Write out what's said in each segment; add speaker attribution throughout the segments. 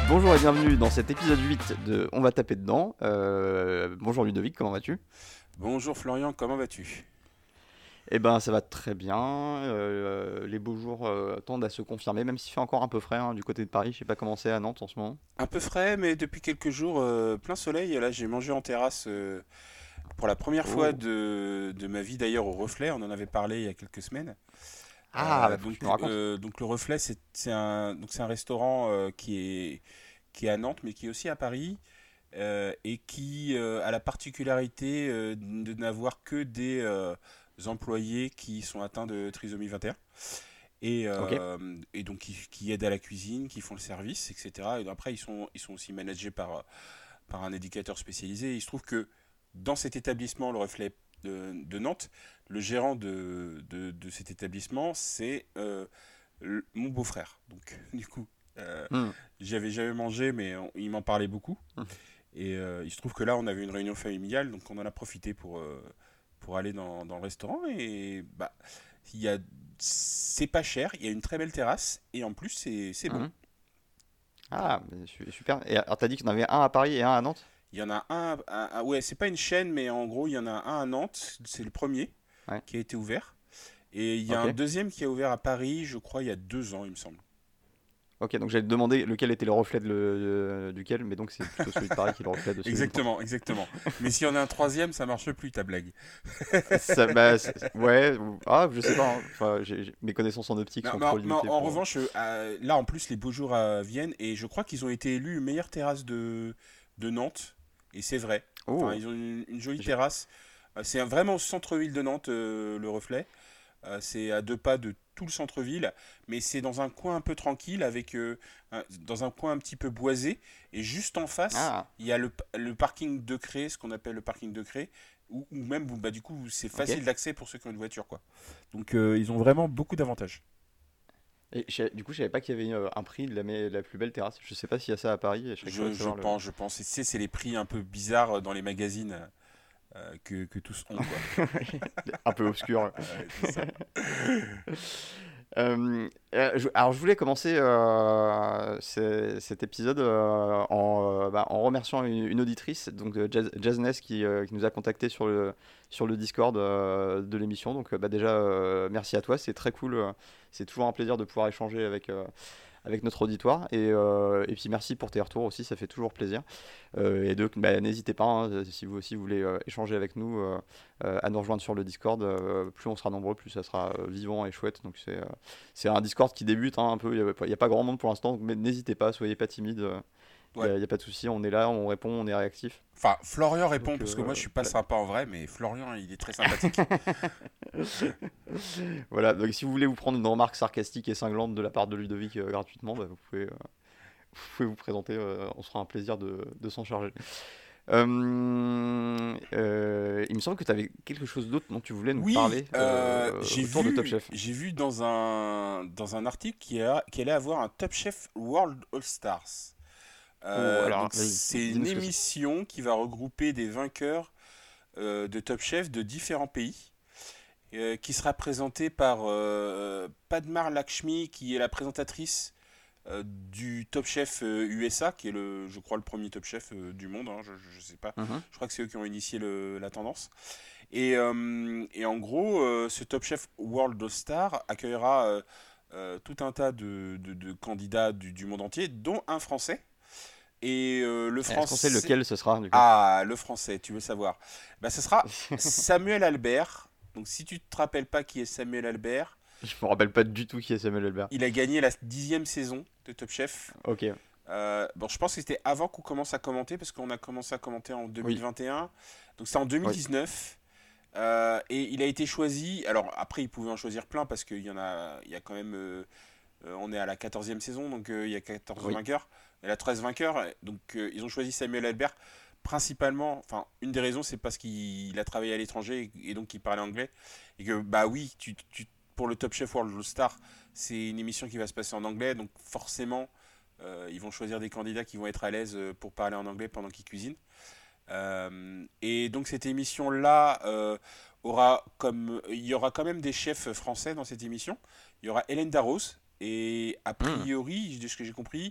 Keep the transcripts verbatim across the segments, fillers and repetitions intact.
Speaker 1: Bonjour et bienvenue dans cet épisode huit de On va taper dedans. Euh, bonjour Ludovic, comment vas-tu?
Speaker 2: Bonjour Florian, comment vas-tu?
Speaker 1: Eh ben ça va très bien, euh, les beaux jours euh, tendent à se confirmer, même s'il fait encore un peu frais hein, du côté de Paris, je sais pas comment c'est à Nantes en ce moment.
Speaker 2: Un peu frais, mais depuis quelques jours, euh, plein soleil. Là, j'ai mangé en terrasse euh, pour la première fois
Speaker 1: Oh.
Speaker 2: de, de ma vie d'ailleurs au Reflet. On en avait parlé il y a quelques semaines.
Speaker 1: Ah,
Speaker 2: Euh,
Speaker 1: bah faut que tu
Speaker 2: donc,
Speaker 1: me racontes.
Speaker 2: euh, donc le Reflet, c'est c'est un, donc c'est un restaurant euh, qui est, qui est à Nantes, mais qui est aussi à Paris, euh, et qui euh, a la particularité euh, de n'avoir que des euh, employés qui sont atteints de trisomie vingt et un. Et,
Speaker 1: Ok.
Speaker 2: euh, et donc qui, qui aident à la cuisine, qui font le service, et cetera. Et après, ils sont, ils sont aussi managés par, par un éducateur spécialisé. Et il se trouve que dans cet établissement, le Reflet de, de Nantes, le gérant de, de, de cet établissement, c'est euh, le- mon beau-frère. Donc, du coup, euh,
Speaker 1: Hmm.
Speaker 2: j'y avais jamais mangé, mais on- il m'en parlait beaucoup.
Speaker 1: Hmm.
Speaker 2: Et euh, il se trouve que là, on avait une réunion familiale, donc on en a profité pour, euh, pour aller dans, dans le restaurant. Et bah, il y a, c'est pas cher, il y a une très belle terrasse, et en plus, c'est c'est bon.
Speaker 1: Mhm. Ah, mais su- super. Et alors t'as dit qu'il y en avait un à Paris et un à Nantes?
Speaker 2: Il y en a un, un- un- ouais, c'est pas une chaîne, mais en gros, il y en a un à Nantes, c'est le premier
Speaker 1: Ouais,
Speaker 2: qui a été ouvert. Et il y a un
Speaker 1: ok.
Speaker 2: deuxième qui a ouvert à Paris, je crois, il y a deux ans, il me semble.
Speaker 1: Ok, donc j'allais te demander lequel était le reflet de le- de- duquel, mais donc c'est plutôt celui de Paris qui est le reflet de celui de Nantes.
Speaker 2: Exactement, exactement. Mais s'il y en a un troisième, ça marche plus, ta blague.
Speaker 1: Ça, bah, c'est- ouais, ou- ah, je sais pas, hein. Enfin, j'ai- j'ai- mes connaissances en optique
Speaker 2: Non,
Speaker 1: sont
Speaker 2: mais
Speaker 1: trop
Speaker 2: en, mais en-
Speaker 1: limitées
Speaker 2: en
Speaker 1: pour.
Speaker 2: revanche, euh, euh, là en plus les beaux jours à Vienne et je crois qu'ils ont été élus meilleure terrasse de, de Nantes et c'est vrai. Enfin,
Speaker 1: Oh,
Speaker 2: ils ont une, une jolie
Speaker 1: j'ai-
Speaker 2: terrasse. Euh, C'est un- vraiment au centre-ville de Nantes, euh, le Reflet. Euh, c'est à deux pas de tout le centre-ville, mais c'est dans un coin un peu tranquille, avec euh, un- dans un coin un petit peu boisé. Et juste en face,
Speaker 1: ah,
Speaker 2: il y a le, le parking de Cré, ce qu'on appelle le parking de Cré, ou ou même bah, du coup c'est
Speaker 1: ok.
Speaker 2: facile d'accès pour ceux qui ont une voiture, quoi. Donc euh, ils ont vraiment beaucoup d'avantages.
Speaker 1: Et je savais- du coup, je savais pas qu'il y avait euh, un prix de la, me- la plus belle terrasse. Je sais pas s'il y a ça à Paris, et je serais curieux
Speaker 2: Je,
Speaker 1: de
Speaker 2: je
Speaker 1: savoir le.
Speaker 2: pense, je pense. Et tu sais, c'est les prix un peu bizarres dans les magazines euh, que, que tous ont, quoi.
Speaker 1: Un peu obscur.
Speaker 2: Ouais, c'est ça.
Speaker 1: Euh, euh, je- alors, je voulais commencer euh, ce- cet épisode euh, en, euh, bah, en remerciant une, une auditrice, donc euh, Jazz, Jazzness, qui, euh, qui nous a contacté sur le, sur le Discord euh, de l'émission. Donc, euh, bah, déjà, euh, merci à toi, c'est très cool. euh, C'est toujours un plaisir de pouvoir échanger avec, euh, avec notre auditoire. Et, euh, et puis, merci pour tes retours aussi, ça fait toujours plaisir. Euh, et donc, bah, n'hésitez pas, hein, si vous aussi voulez euh, échanger avec nous, euh, euh, à nous rejoindre sur le Discord. Euh, plus on sera nombreux, plus ça sera euh, vivant et chouette. Donc, c'est. euh, c'est un Discord qui débute hein, un peu, il n'y a, pas- il y a pas grand monde pour l'instant, mais n'hésitez pas, soyez pas timide, il
Speaker 2: Ouais.
Speaker 1: n'y a, il y a pas de souci, on est là, on répond, on est réactif.
Speaker 2: Enfin, Florian
Speaker 1: Donc
Speaker 2: répond parce que
Speaker 1: euh,
Speaker 2: moi je suis pas
Speaker 1: voilà.
Speaker 2: sympa en vrai, mais Florian il est très sympathique.
Speaker 1: Voilà, donc si vous voulez vous prendre une remarque sarcastique et cinglante de la part de Ludovic euh, gratuitement, bah, vous, pouvez, euh, vous pouvez vous présenter, euh, on se fera un plaisir de, de s'en charger. Euh, euh, il me semble que tu avais quelque chose d'autre dont tu voulais nous
Speaker 2: Oui,
Speaker 1: parler
Speaker 2: euh,
Speaker 1: euh,
Speaker 2: j'ai
Speaker 1: autour de Top
Speaker 2: vu,
Speaker 1: Chef.
Speaker 2: j'ai vu dans un, dans un article qu'il y a- qu'il allait avoir un Top Chef World All Stars.
Speaker 1: Oh,
Speaker 2: Euh,
Speaker 1: alors
Speaker 2: donc
Speaker 1: vas-y,
Speaker 2: c'est une
Speaker 1: dis-nous ce que c'est.
Speaker 2: émission qui va regrouper des vainqueurs euh, de Top Chef de différents pays, euh, qui sera présentée par euh, Padmar Lakshmi, qui est la présentatrice euh, du Top Chef euh, U S A, qui est le, je crois, le premier Top Chef euh, du monde. Hein, je, je sais pas.
Speaker 1: Mhm.
Speaker 2: Je crois que c'est eux qui ont initié le- la tendance. Et, euh, et en gros, euh, ce Top Chef World All Star accueillera euh, euh, tout un tas de, de- de candidats du, du monde entier, dont un Français. Et euh, le
Speaker 1: Est-ce qu'on sait
Speaker 2: Français.
Speaker 1: lequel ce sera du coup?
Speaker 2: Ah, le Français, tu veux savoir. Bah, ce sera Samuel Albert. Donc, si tu te rappelles pas qui est Samuel Albert,
Speaker 1: Je me rappelle pas du tout qui est Samuel Elbert.
Speaker 2: il a gagné la dixième saison de Top Chef.
Speaker 1: Ok,
Speaker 2: Euh, bon, je pense que c'était avant qu'on commence à commenter, parce qu'on a commencé à commenter en
Speaker 1: oui,
Speaker 2: deux mille vingt et un. Donc, c'est en
Speaker 1: oui.
Speaker 2: deux mille dix-neuf. Euh, et il a été choisi. Alors, après, il pouvait en choisir plein, parce qu'il y en a, il y a quand même. euh, euh, on est à la quatorzième saison, donc euh, il y a quatorze
Speaker 1: Oui.
Speaker 2: vainqueurs. Il y a treize vainqueurs. Donc, euh, ils ont choisi Samuel Albert. Principalement, enfin, une des raisons, c'est parce qu'il a travaillé à l'étranger et, et donc il parlait anglais. Et que, bah oui, tu, tu- pour le Top Chef World Star, c'est une émission qui va se passer en anglais. Donc, forcément, euh, ils vont choisir des candidats qui vont être à l'aise euh, pour parler en anglais pendant qu'ils cuisinent. Euh, et donc cette émission-là euh, aura comme il y aura quand même des chefs français dans cette émission. Il y aura Hélène Darroze et a
Speaker 1: Hmm.
Speaker 2: priori, de ce que j'ai compris,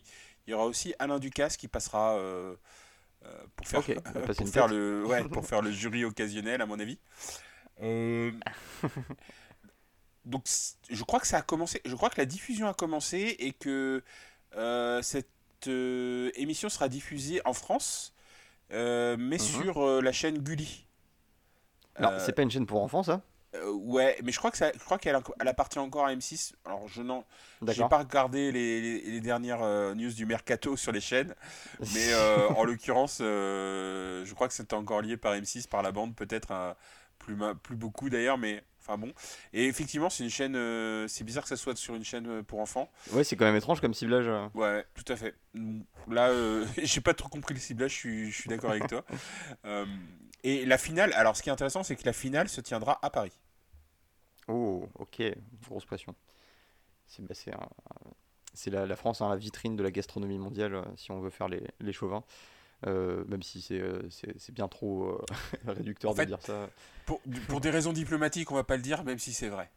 Speaker 2: il y aura aussi Alain Ducasse qui passera euh, euh, pour faire,
Speaker 1: Ok, bah, passer
Speaker 2: pour
Speaker 1: une
Speaker 2: faire
Speaker 1: tête.
Speaker 2: le, ouais, pour faire le jury occasionnel, à mon avis. Euh, donc, c- je crois que ça a commencé. Je crois que la diffusion a commencé et que euh, cette euh, émission sera diffusée en France, euh, mais
Speaker 1: Mhm.
Speaker 2: sur euh, la chaîne Gulli.
Speaker 1: Alors,
Speaker 2: Euh,
Speaker 1: c'est pas une chaîne pour enfants, ça?
Speaker 2: euh, ouais, mais je crois que ça, je crois qu'elle elle appartient encore à M six. Alors, je n'en, j'ai
Speaker 1: D'accord.
Speaker 2: pas regardé les, les- les dernières euh, news du mercato sur les chaînes, mais euh, en l'occurrence, euh, je crois que c'était encore lié par M six, par la bande, peut-être euh, plus, ma- plus beaucoup d'ailleurs, mais enfin bon. Et effectivement, c'est une chaîne. Euh, c'est bizarre que ça soit sur une chaîne euh, pour enfants.
Speaker 1: Ouais, c'est quand même étrange comme ciblage. euh.
Speaker 2: Ouais, tout à fait. Mm, Là, euh, j'ai pas trop compris le ciblage. Je suis, je suis d'accord avec toi. Euh, et la finale. Alors, ce qui est intéressant, c'est que la finale se tiendra à Paris.
Speaker 1: Oh, ok, grosse pression. C'est bah, c'est un- c'est la, la France, hein, la vitrine de la gastronomie mondiale, euh, si on veut faire les, les chauvins. Euh, même si c'est euh, c'est c'est bien trop euh,
Speaker 2: En
Speaker 1: réducteur de
Speaker 2: fait,
Speaker 1: dire ça.
Speaker 2: pour, pour des raisons diplomatiques, on va pas le dire, même si c'est vrai.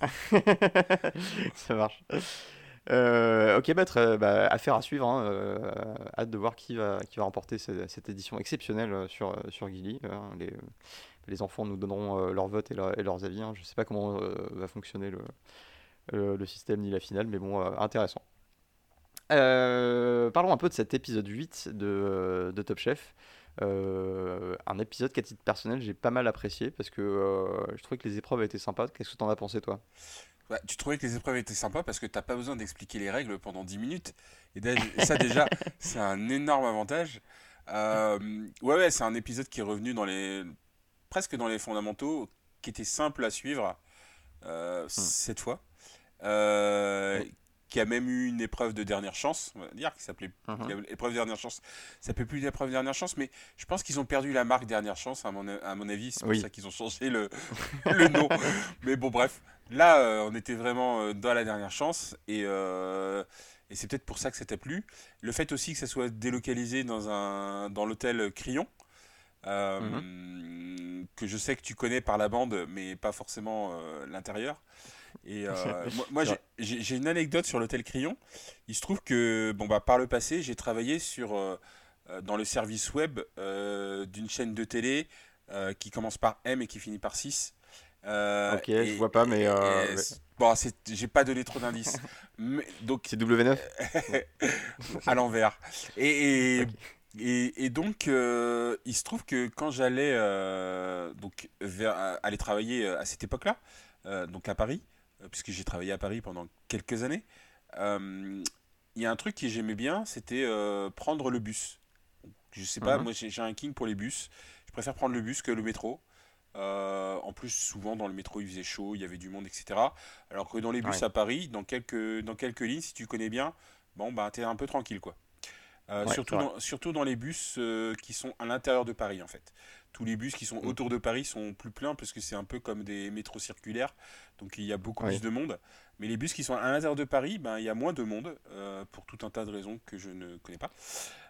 Speaker 1: Ça marche. Euh, ok, bah, très- bah, affaire à suivre, hein. Euh, hâte de voir qui va, qui va remporter ce- cette édition exceptionnelle euh, sur, euh, sur Gilly. Hein. Les, les enfants nous donneront euh, leur vote et, leur- et leurs avis. Hein. Je ne sais pas comment euh, va fonctionner le, le- le système ni la finale, mais bon, euh, intéressant. Euh, parlons un peu de cet épisode huit de, de Top Chef. Euh, un épisode qu'à titre personnel j'ai pas mal apprécié parce que euh, je trouvais que les épreuves étaient sympas. Qu'est-ce que t'en as pensé toi?
Speaker 2: Ouais, tu trouvais que les épreuves étaient sympas parce que t'as pas besoin d'expliquer les règles pendant dix minutes. Et dé- ça, déjà, c'est un énorme avantage. Euh, ouais, ouais, c'est un épisode qui est revenu dans les, presque dans les fondamentaux, qui était simple à suivre euh,
Speaker 1: Hmm.
Speaker 2: cette fois. Euh,
Speaker 1: Oui.
Speaker 2: qui a même eu une épreuve de dernière chance, on va dire, qui s'appelait qui
Speaker 1: Mhm.
Speaker 2: a- épreuve de dernière chance. Ça s'appelle plus l'épreuve de dernière chance, mais je pense qu'ils ont perdu la marque dernière chance, à mon, à mon avis. C'est pour
Speaker 1: Oui.
Speaker 2: ça qu'ils ont changé le, le nom. Mais bon, bref. Là, euh, on était vraiment euh, dans la dernière chance. Et, euh, et c'est peut-être pour ça que ça t'a plu. Le fait aussi que ça soit délocalisé dans, un, dans l'hôtel Crillon,
Speaker 1: Mhm.
Speaker 2: euh, que je sais que tu connais par la bande, mais pas forcément euh, l'intérieur. Et euh, moi, moi
Speaker 1: C'est
Speaker 2: j'ai
Speaker 1: vrai.
Speaker 2: j'ai- j'ai une anecdote sur l'hôtel Crillon. Il se trouve que, bon, bah, par le passé, j'ai travaillé sur, euh, euh, dans le service web euh, d'une chaîne de télé euh, qui commence par M et qui finit par six. Euh,
Speaker 1: Ok, je
Speaker 2: et,
Speaker 1: vois pas, mais
Speaker 2: et-
Speaker 1: euh,
Speaker 2: et-
Speaker 1: ouais.
Speaker 2: bon, c'est- j'ai pas donné trop d'indices. Mais- Donc,
Speaker 1: C'est W neuf? Non.
Speaker 2: à l'envers. Et, et,
Speaker 1: Ok.
Speaker 2: et- et donc, euh, il se trouve que quand j'allais euh, donc vers, aller travailler à cette époque-là, euh, donc à Paris, euh, puisque j'ai travaillé à Paris pendant quelques années, euh, il y a un truc que j'aimais bien, c'était euh, prendre le bus. Je sais pas,
Speaker 1: Mhm.
Speaker 2: moi j'ai j'ai un king pour les bus. Je préfère prendre le bus que le métro. Euh, en plus, souvent dans le métro, il faisait chaud, il y avait du monde, et cetera. Alors que dans les bus
Speaker 1: Ouais.
Speaker 2: à Paris, dans quelques, dans quelques lignes, si tu connais bien, bon, bah, t'es un peu tranquille, quoi. Euh,
Speaker 1: Ouais, c'est
Speaker 2: surtout,
Speaker 1: vrai.
Speaker 2: dans, surtout dans les bus euh, qui sont à l'intérieur de Paris, en fait. Tous les bus qui sont
Speaker 1: Mm.
Speaker 2: autour de Paris sont plus pleins parce que c'est un peu comme des métros circulaires, donc il y a beaucoup plus
Speaker 1: Oui.
Speaker 2: de monde. Mais les bus qui sont à l'intérieur de Paris, ben, il y a moins de monde euh, pour tout un tas de raisons que je ne connais pas.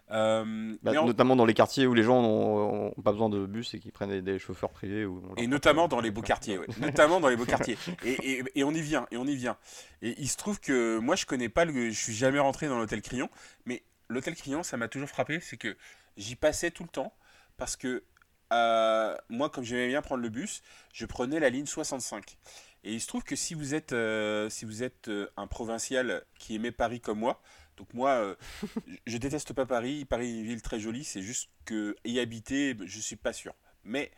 Speaker 2: Euh,
Speaker 1: Bah,
Speaker 2: mais en-
Speaker 1: notamment dans les quartiers où les gens n'ont ont pas besoin de bus et qui prennent des, des chauffeurs privés ou on
Speaker 2: Et
Speaker 1: leur prête euh,
Speaker 2: notamment dans les
Speaker 1: des
Speaker 2: beaux
Speaker 1: voitures.
Speaker 2: quartiers, ouais. Notamment dans les beaux quartiers. Et, et, et on y vient, et on y vient. Et il se trouve que moi, je connais pas le, je suis jamais rentré dans l'hôtel Crillon, mais l'hôtel Crillon, ça m'a toujours frappé, c'est que j'y passais tout le temps parce que euh, moi, comme j'aimais bien prendre le bus, je prenais la ligne soixante-cinq. Et il se trouve que si vous êtes, euh, si vous êtes euh, un provincial qui aimait Paris comme moi, donc moi, euh, je déteste pas Paris. Paris est une ville très jolie, c'est juste que y habiter, je suis pas sûr. Mais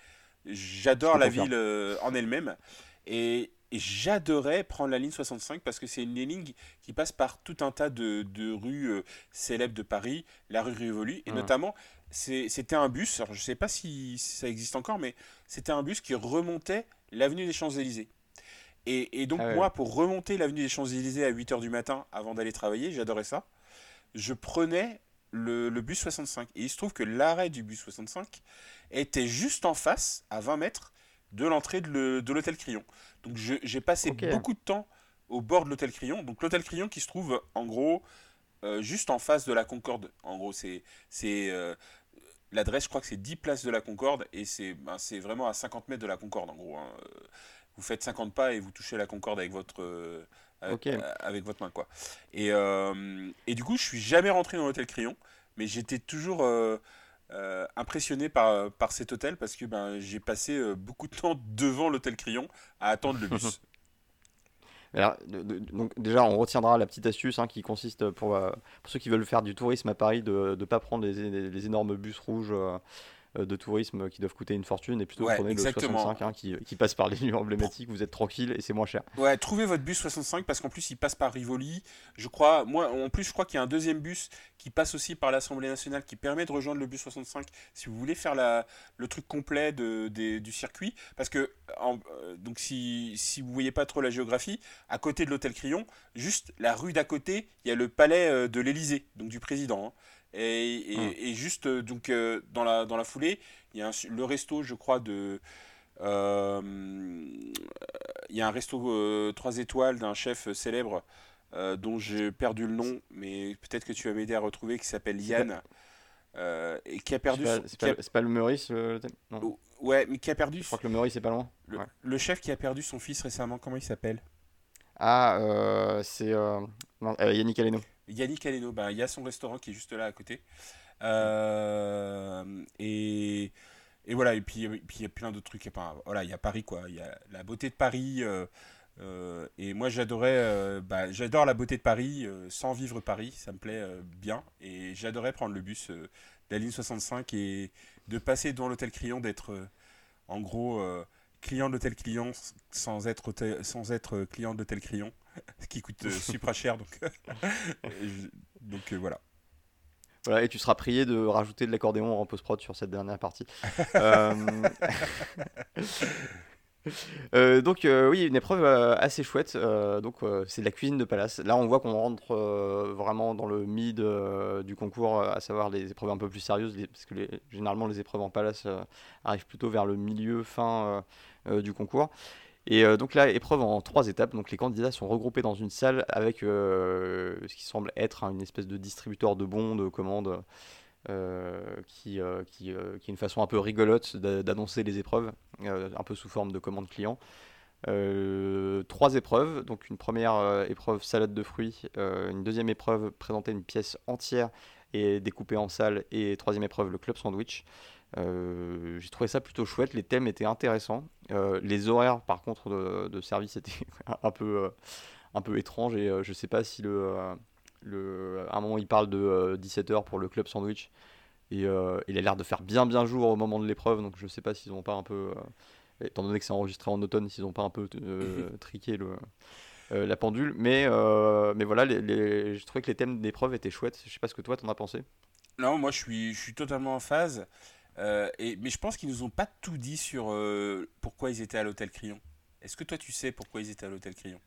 Speaker 1: Je
Speaker 2: j'adore
Speaker 1: te
Speaker 2: la
Speaker 1: confirme.
Speaker 2: ville euh, en elle-même et, et j'adorais prendre la ligne soixante-cinq parce que c'est une ligne qui passe par tout un tas de, de rues euh, célèbres de Paris, la rue Rivoli, et
Speaker 1: Mm.
Speaker 2: notamment c'est- c'était un bus, alors je sais pas si ça existe encore, mais c'était un bus qui remontait l'avenue des Champs-Élysées. Et, et donc
Speaker 1: Ah ouais,
Speaker 2: moi, pour remonter l'avenue des Champs-Élysées à huit heures du matin avant d'aller travailler, j'adorais ça, je prenais le, le bus soixante-cinq. Et il se trouve que l'arrêt du bus soixante-cinq était juste en face, à vingt mètres, de l'entrée de le- de l'hôtel Crillon. Donc je- j'ai passé
Speaker 1: ok.
Speaker 2: beaucoup de temps au bord de l'hôtel Crillon. Donc l'hôtel Crillon qui se trouve en gros euh, juste en face de la Concorde. En gros, c'est c'est euh, l'adresse, je crois que c'est dix place de la Concorde et c'est ben, c'est vraiment à cinquante mètres de la Concorde en gros, hein. vous faites cinquante pas et vous touchez la Concorde avec votre, euh, avec,
Speaker 1: Ok.
Speaker 2: avec votre main, quoi. Et, euh, et du coup, je suis jamais rentré dans l'hôtel Crillon, mais j'étais toujours euh, euh, impressionné par, par cet hôtel parce que ben, j'ai passé euh, beaucoup de temps devant l'hôtel Crillon à attendre le bus.
Speaker 1: Alors, de- de- donc déjà, on retiendra la petite astuce hein, qui consiste pour, euh, pour ceux qui veulent faire du tourisme à Paris de ne pas prendre les, les- les énormes bus rouges euh, euh, de tourisme qui doivent coûter une fortune et plutôt
Speaker 2: Ouais,
Speaker 1: prenez le
Speaker 2: exactement.
Speaker 1: soixante-cinq hein, qui, qui passe par les lieux emblématiques, vous êtes tranquille et c'est moins cher.
Speaker 2: Ouais, trouvez votre bus soixante-cinq parce qu'en plus il passe par Rivoli. Je crois, moi en plus je crois qu'il y a un deuxième bus qui passe aussi par l'Assemblée nationale qui permet de rejoindre le bus soixante-cinq si vous voulez faire la, le truc complet de, des- du circuit. Parce que en- euh, donc si, si vous voyez pas trop la géographie, à côté de l'hôtel Crillon, juste la rue d'à côté, il y a le palais euh, de l'Élysée, donc du président, hein. Et,
Speaker 1: Hmm.
Speaker 2: et- et juste euh, donc euh, dans la, dans la foulée, il y a un su- le resto, je crois, de euh, il y a un resto euh, trois étoiles d'un chef célèbre euh, dont j'ai perdu le
Speaker 1: C'est
Speaker 2: nom, mais peut-être que tu vas m'aider à retrouver, qui s'appelle
Speaker 1: c'est pas,
Speaker 2: Yann, euh, et qui a
Speaker 1: je sais
Speaker 2: perdu
Speaker 1: pas,
Speaker 2: son,
Speaker 1: c'est
Speaker 2: qui
Speaker 1: pas,
Speaker 2: a-
Speaker 1: c'est pas le Meurice le, le thème. Non.
Speaker 2: oh, ouais, mais qui a perdu
Speaker 1: Je crois que le Meurice c'est pas loin.
Speaker 2: le,
Speaker 1: Ouais.
Speaker 2: le chef qui a perdu son fils récemment. Comment il s'appelle?
Speaker 1: Ah, euh, c'est euh, non, euh, Yannick Aleno.
Speaker 2: Yannick Aleno. Ben, il y a son restaurant qui est juste là à côté.
Speaker 1: Hmm.
Speaker 2: Euh, et Et voilà, et puis et puis il y a plein d'autres trucs. Enfin, voilà, il y a Paris, quoi. Il y a la beauté de Paris. euh, euh, et moi, j'adorais, euh, bah, j'adore la beauté de Paris, euh, sans vivre Paris, ça me plaît euh, bien. Et j'adorais prendre le bus euh, de la ligne soixante-cinq et de passer devant l'hôtel Crillon, d'être euh, en gros euh, client de l'hôtel Crillon sans être, hôtel- sans être euh, client de l'hôtel Crillon, ce qui coûte euh, super cher. Donc, je- donc euh, voilà.
Speaker 1: Voilà, et tu seras prié de rajouter de l'accordéon en post-prod sur cette dernière partie. Euh, Euh, donc euh, oui, une épreuve euh, assez chouette. Euh, donc euh, c'est de la cuisine de palace. Là, on voit qu'on rentre euh, vraiment dans le mid euh, du concours, euh, à savoir les épreuves un peu plus sérieuses, les- parce que les- généralement les épreuves en palace euh, arrivent plutôt vers le milieu fin euh, euh, du concours. Et euh, donc là, épreuve en trois étapes. Donc les candidats sont regroupés dans une salle avec euh, ce qui semble être hein, une espèce de distributeur de bons, de commandes euh, qui, euh, qui, euh, qui est une façon un peu rigolote d'a- d'annoncer les épreuves, euh, un peu sous forme de commande client. Euh, trois épreuves, donc une première euh, épreuve salade de fruits, euh, une deuxième épreuve présenter une pièce entière et découpée en salles, et troisième épreuve le club sandwich. Euh, j'ai trouvé ça plutôt chouette, les thèmes étaient intéressants. Euh, les horaires par contre de, de service étaient un peu, euh, un peu étranges et euh, je sais pas si le, euh, le, à un moment il parle de dix-sept heures pour le club sandwich et euh, il a l'air de faire bien bien jour au moment de l'épreuve, donc je sais pas s'ils ont pas un peu, euh, étant donné que c'est enregistré en automne, s'ils ont pas un peu euh, triqué le, euh, la pendule. Mais, euh, mais voilà, les, les- je trouvais que les thèmes d'épreuve étaient chouettes. Je sais pas ce que toi t'en as pensé.
Speaker 2: Non, moi je suis, je suis totalement en phase. Euh, et, mais je pense qu'ils nous ont pas tout dit sur euh, pourquoi ils étaient à l'hôtel Crillon. Est-ce que toi tu sais pourquoi ils étaient à l'hôtel Crillon?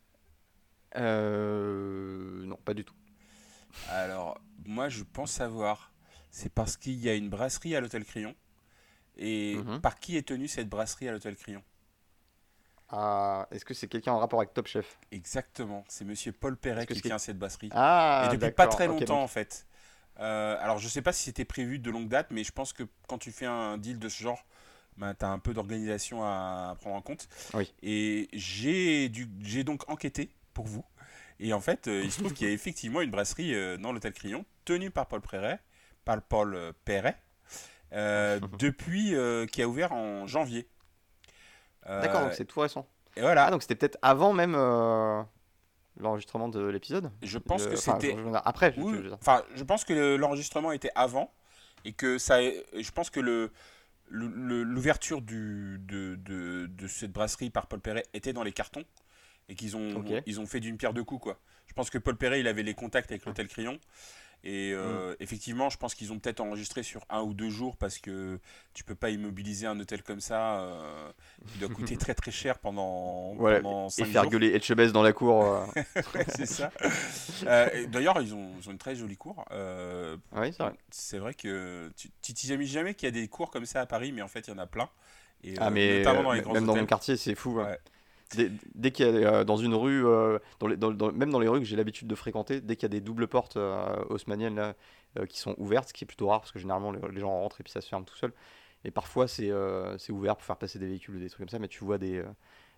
Speaker 1: Euh, non, pas du tout.
Speaker 2: Alors, moi je pense savoir. C'est parce qu'il y a une brasserie à l'hôtel Crillon. Et
Speaker 1: Mhm.
Speaker 2: par qui est tenue cette brasserie à l'hôtel Crillon?
Speaker 1: Ah, est-ce que c'est quelqu'un en rapport avec Top Chef?
Speaker 2: Exactement, c'est monsieur Paul Perret
Speaker 1: Est-ce que
Speaker 2: qui
Speaker 1: c'est quel-
Speaker 2: tient cette brasserie. Et
Speaker 1: Ah,
Speaker 2: depuis pas
Speaker 1: d'accord.
Speaker 2: très
Speaker 1: Ok,
Speaker 2: longtemps
Speaker 1: donc.
Speaker 2: en fait. Euh, alors je sais pas si c'était prévu de longue date, mais je pense que quand tu fais un deal de ce genre, bah, tu as un peu d'organisation à prendre en compte.
Speaker 1: Oui.
Speaker 2: Et j'ai dû- j'ai donc enquêté pour vous. Et en fait, euh, il se trouve qu'il y a effectivement une brasserie euh, dans l'hôtel Crillon, tenue par Paul Perret, par Paul euh, Perret, euh, depuis euh, qui a ouvert en janvier.
Speaker 1: D'accord, donc
Speaker 2: Euh,
Speaker 1: c'est tout récent.
Speaker 2: et
Speaker 1: Ah,
Speaker 2: voilà,
Speaker 1: donc c'était peut-être avant même euh, l'enregistrement de l'épisode.
Speaker 2: je pense que
Speaker 1: Le... Enfin, je-
Speaker 2: c'était
Speaker 1: je- après, je, je
Speaker 2: oui,
Speaker 1: veux dire.
Speaker 2: enfin, je pense que le- l'enregistrement était avant et que ça, je pense que le le- le- l'ouverture du de, de, de cette brasserie par Paul Perret était dans les cartons et qu'ils
Speaker 1: Ok.
Speaker 2: ont ils ont fait d'une pierre deux coups, quoi. Je pense que Paul Perret il avait les contacts avec l'hôtel Crillon et
Speaker 1: Hmm.
Speaker 2: euh, effectivement je pense qu'ils ont peut-être enregistré sur un ou deux jours parce que tu peux pas immobiliser un hôtel comme ça euh, qui doit coûter très très cher pendant
Speaker 1: Voilà.
Speaker 2: pendant
Speaker 1: Et
Speaker 2: cinq
Speaker 1: faire
Speaker 2: jours.
Speaker 1: gueuler Etchebest dans la cour. euh.
Speaker 2: Ouais, c'est ça. Euh, et d'ailleurs, ils ont, ils ont une très jolie cour. Euh,
Speaker 1: Oui, c'est vrai.
Speaker 2: c'est vrai que tu tu t'imagines jamais qu'il y a des cours comme ça à Paris, mais en fait, il y en a plein. Et
Speaker 1: Ah,
Speaker 2: euh,
Speaker 1: mais
Speaker 2: notamment
Speaker 1: euh,
Speaker 2: dans les
Speaker 1: m-
Speaker 2: grands
Speaker 1: même dans mon
Speaker 2: hôtels.
Speaker 1: quartier, c'est fou, hein.
Speaker 2: Ouais.
Speaker 1: Dès, dès qu'il y a euh, dans une rue, euh, dans les- dans- dans- même dans les rues que j'ai l'habitude de fréquenter, dès qu'il y a des doubles portes euh, haussmanniennes là, euh, qui sont ouvertes, ce qui est plutôt rare parce que généralement les, les gens rentrent et puis ça se ferme tout seul. Et parfois c'est euh, c'est ouvert pour faire passer des véhicules ou des trucs comme ça, mais tu vois des, euh,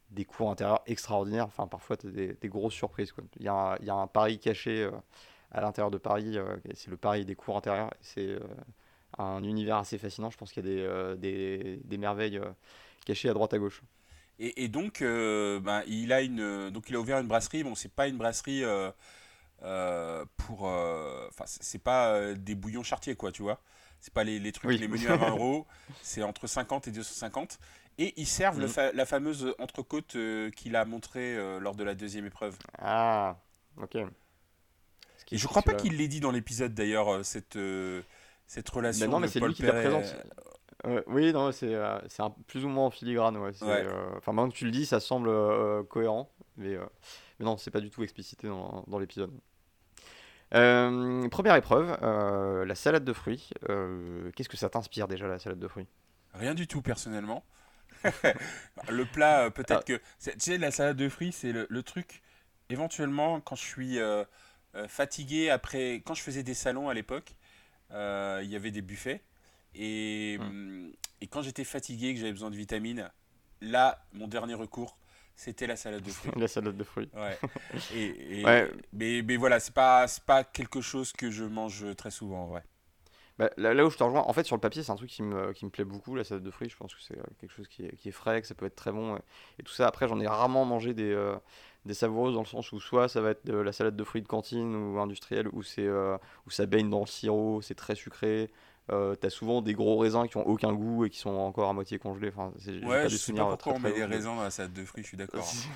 Speaker 1: des cours intérieurs extraordinaires. Enfin, parfois, tu as des, des grosses surprises, quoi. Il y a un, il y a un pari caché euh, à l'intérieur de Paris, euh, et c'est le pari des cours intérieurs. C'est euh, un univers assez fascinant. Je pense qu'il y a des, euh, des, des merveilles euh, cachées à droite à gauche.
Speaker 2: Et, et donc, euh, ben, il a une, donc il a ouvert une brasserie. Bon, c'est pas une brasserie euh, euh, pour, euh, enfin, c'est c'est pas euh, des bouillons Chartier, quoi, tu vois. C'est pas les, les trucs,
Speaker 1: Oui.
Speaker 2: les menus à vingt euros. C'est entre cinquante et deux cent cinquante. Et ils servent le
Speaker 1: Mhm.
Speaker 2: fa- la fameuse entrecôte euh, qu'il a montrée euh, lors de la deuxième épreuve.
Speaker 1: Ah, ok. Ce
Speaker 2: Et
Speaker 1: qui,
Speaker 2: je
Speaker 1: ce qui
Speaker 2: crois pas
Speaker 1: cela...
Speaker 2: qu'il l'ait dit dans l'épisode d'ailleurs, euh, cette, euh, cette
Speaker 1: Ben
Speaker 2: relation
Speaker 1: non, mais
Speaker 2: de
Speaker 1: c'est
Speaker 2: Paul
Speaker 1: lui qui la
Speaker 2: Perret.
Speaker 1: présente. Euh, oui, non, c'est euh, c'est un- plus ou moins en filigrane. Ouais. C'est,
Speaker 2: Ouais,
Speaker 1: euh, Enfin, maintenant que tu le dis, ça semble euh, cohérent. Mais, euh, mais non, c'est pas du tout explicité dans, dans l'épisode. Euh, première épreuve, euh, la salade de fruits. Euh, qu'est-ce que ça t'inspire déjà, la salade de fruits?
Speaker 2: rien du tout personnellement. Le plat, euh, peut-être
Speaker 1: Ah,
Speaker 2: que. c'est- Tu sais, la salade de fruits, c'est le, le truc. Éventuellement, quand je suis euh, euh, fatigué après. Quand je faisais des salons à l'époque, euh, il y avait des buffets. Et,
Speaker 1: hmm.
Speaker 2: hum, et quand j'étais fatigué, que j'avais besoin de vitamines, là, mon dernier recours, c'était la salade de fruits.
Speaker 1: La salade de fruits.
Speaker 2: Ouais. Et,
Speaker 1: Ouais,
Speaker 2: et- mais, mais voilà, c'est pas, c'est pas quelque chose que je mange très souvent en vrai.
Speaker 1: bah, là, là où je te rejoins, en fait, sur le papier, c'est un truc qui me, qui me plaît beaucoup, la salade de fruits. Je pense que c'est euh, quelque chose qui est, qui est frais, que ça peut être très bon. euh, Et, tout ça, après, j'en ai rarement mangé des, euh, des savoureuses dans le sens où soit ça va être de la salade de fruits de cantine ou industrielle, où, c'est, euh, où ça baigne dans le sirop, c'est très sucré. Euh, t'as souvent des gros raisins qui ont aucun goût et qui sont encore à moitié congelés. Enfin, c'est- j'ai
Speaker 2: Ouais,
Speaker 1: pas
Speaker 2: je
Speaker 1: des
Speaker 2: sais pas
Speaker 1: souvenirs euh,
Speaker 2: pourquoi
Speaker 1: très
Speaker 2: on
Speaker 1: très
Speaker 2: met des
Speaker 1: hauts de.
Speaker 2: raisins dans la salade de fruits, je suis d'accord, hein.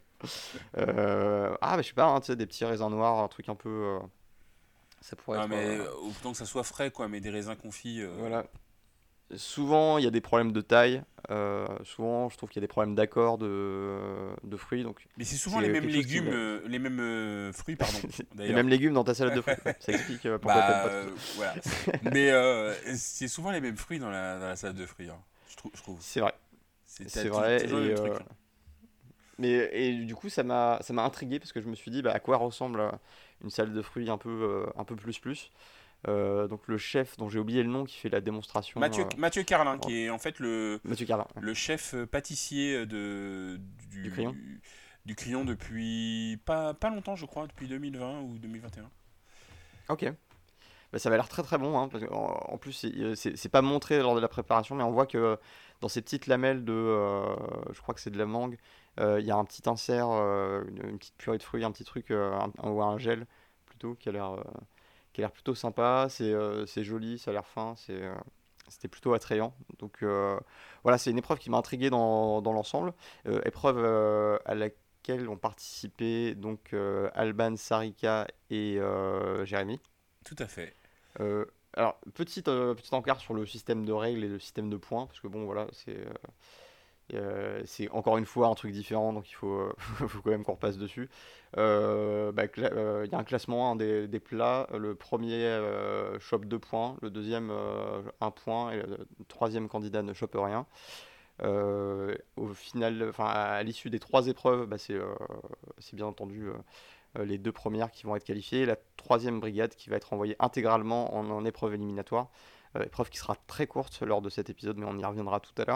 Speaker 1: Euh, Ah, bah, je sais pas, hein, tu sais, des petits raisins noirs, un truc un peu. euh, Ça pourrait
Speaker 2: Non,
Speaker 1: être.
Speaker 2: mais
Speaker 1: euh,
Speaker 2: euh, autant que ça soit frais, quoi, mais des raisins confits. euh,
Speaker 1: Voilà. Souvent, il y a des problèmes de taille. Euh, souvent, je trouve qu'il y a des problèmes d'accord de, de fruits. Donc,
Speaker 2: Mais c'est souvent les
Speaker 1: c'est
Speaker 2: mêmes
Speaker 1: quelque chose qui
Speaker 2: légumes,
Speaker 1: me.
Speaker 2: euh, les mêmes euh, fruits, pardon,
Speaker 1: Les
Speaker 2: d'ailleurs.
Speaker 1: mêmes légumes dans ta salade de fruits. Ouais. Ça explique euh, pourquoi t'aimes
Speaker 2: Bah,
Speaker 1: pas trop.
Speaker 2: euh, voilà. Mais euh, c'est souvent les mêmes fruits dans la, dans la salade de fruits, hein, je, trou- je trouve.
Speaker 1: C'est vrai.
Speaker 2: C'est t'as
Speaker 1: C'est
Speaker 2: tou-
Speaker 1: vrai.
Speaker 2: toujours le
Speaker 1: Et,
Speaker 2: même
Speaker 1: euh,
Speaker 2: truc, hein.
Speaker 1: mais, et du coup, ça m'a, ça m'a intrigué parce que je me suis dit bah, à quoi ressemble euh, une salade de fruits un peu, euh, un peu plus plus. Euh, donc, le chef, dont j'ai oublié le nom, qui fait la démonstration.
Speaker 2: Mathieu,
Speaker 1: euh,
Speaker 2: Mathieu Carlin,
Speaker 1: en-
Speaker 2: qui est en fait le,
Speaker 1: Mathieu Carlin, ouais,
Speaker 2: le chef euh, pâtissier de,
Speaker 1: du crayon.
Speaker 2: du, du Crillon depuis pas, pas longtemps, je crois, depuis deux mille vingt ou deux mille vingt et un.
Speaker 1: Ok. Bah, ça va l'air très très bon, hein, parce que, en, en plus c'est euh, c'est- c'est pas montré lors de la préparation, mais on voit que euh, dans ces petites lamelles de, euh, je crois que c'est de la mangue, euh, il y a un petit insert, euh, une, une petite purée de fruits, un petit truc, euh, un, un- ou un gel plutôt, qui a l'air euh, qui a l'air plutôt sympa, c'est euh, c'est joli, ça a l'air fin, c'est, euh, c'était plutôt attrayant. Donc euh, voilà, c'est une épreuve qui m'a intrigué dans, dans l'ensemble. Euh, épreuve euh, à laquelle ont participé donc euh, Alban, Sarika et euh, Jérémy.
Speaker 2: Tout à fait.
Speaker 1: Euh, alors, petite, euh, petit encart sur le système de règles et le système de points, parce que bon, voilà, c'est euh, euh, c'est encore une fois un truc différent, donc il faut, euh, faut quand même qu'on repasse dessus. Euh, bah, cla- euh, Il y a un classement hein, des, des plats. Le premier euh, chope deux points, le deuxième euh, un point, et le troisième candidat ne chope rien. Euh, au final, enfin, à l'issue des trois épreuves, bah, c'est euh, c'est bien entendu euh, euh, les deux premières qui vont être qualifiées, la troisième brigade qui va être envoyée intégralement en, en épreuve éliminatoire. Euh, épreuve qui sera très courte lors de cet épisode, mais on y reviendra tout à l'heure.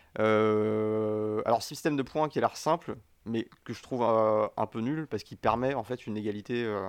Speaker 1: Euh, alors, système de points qui a l'air simple, mais que je trouve euh, un peu nul parce qu'il permet en fait une égalité euh,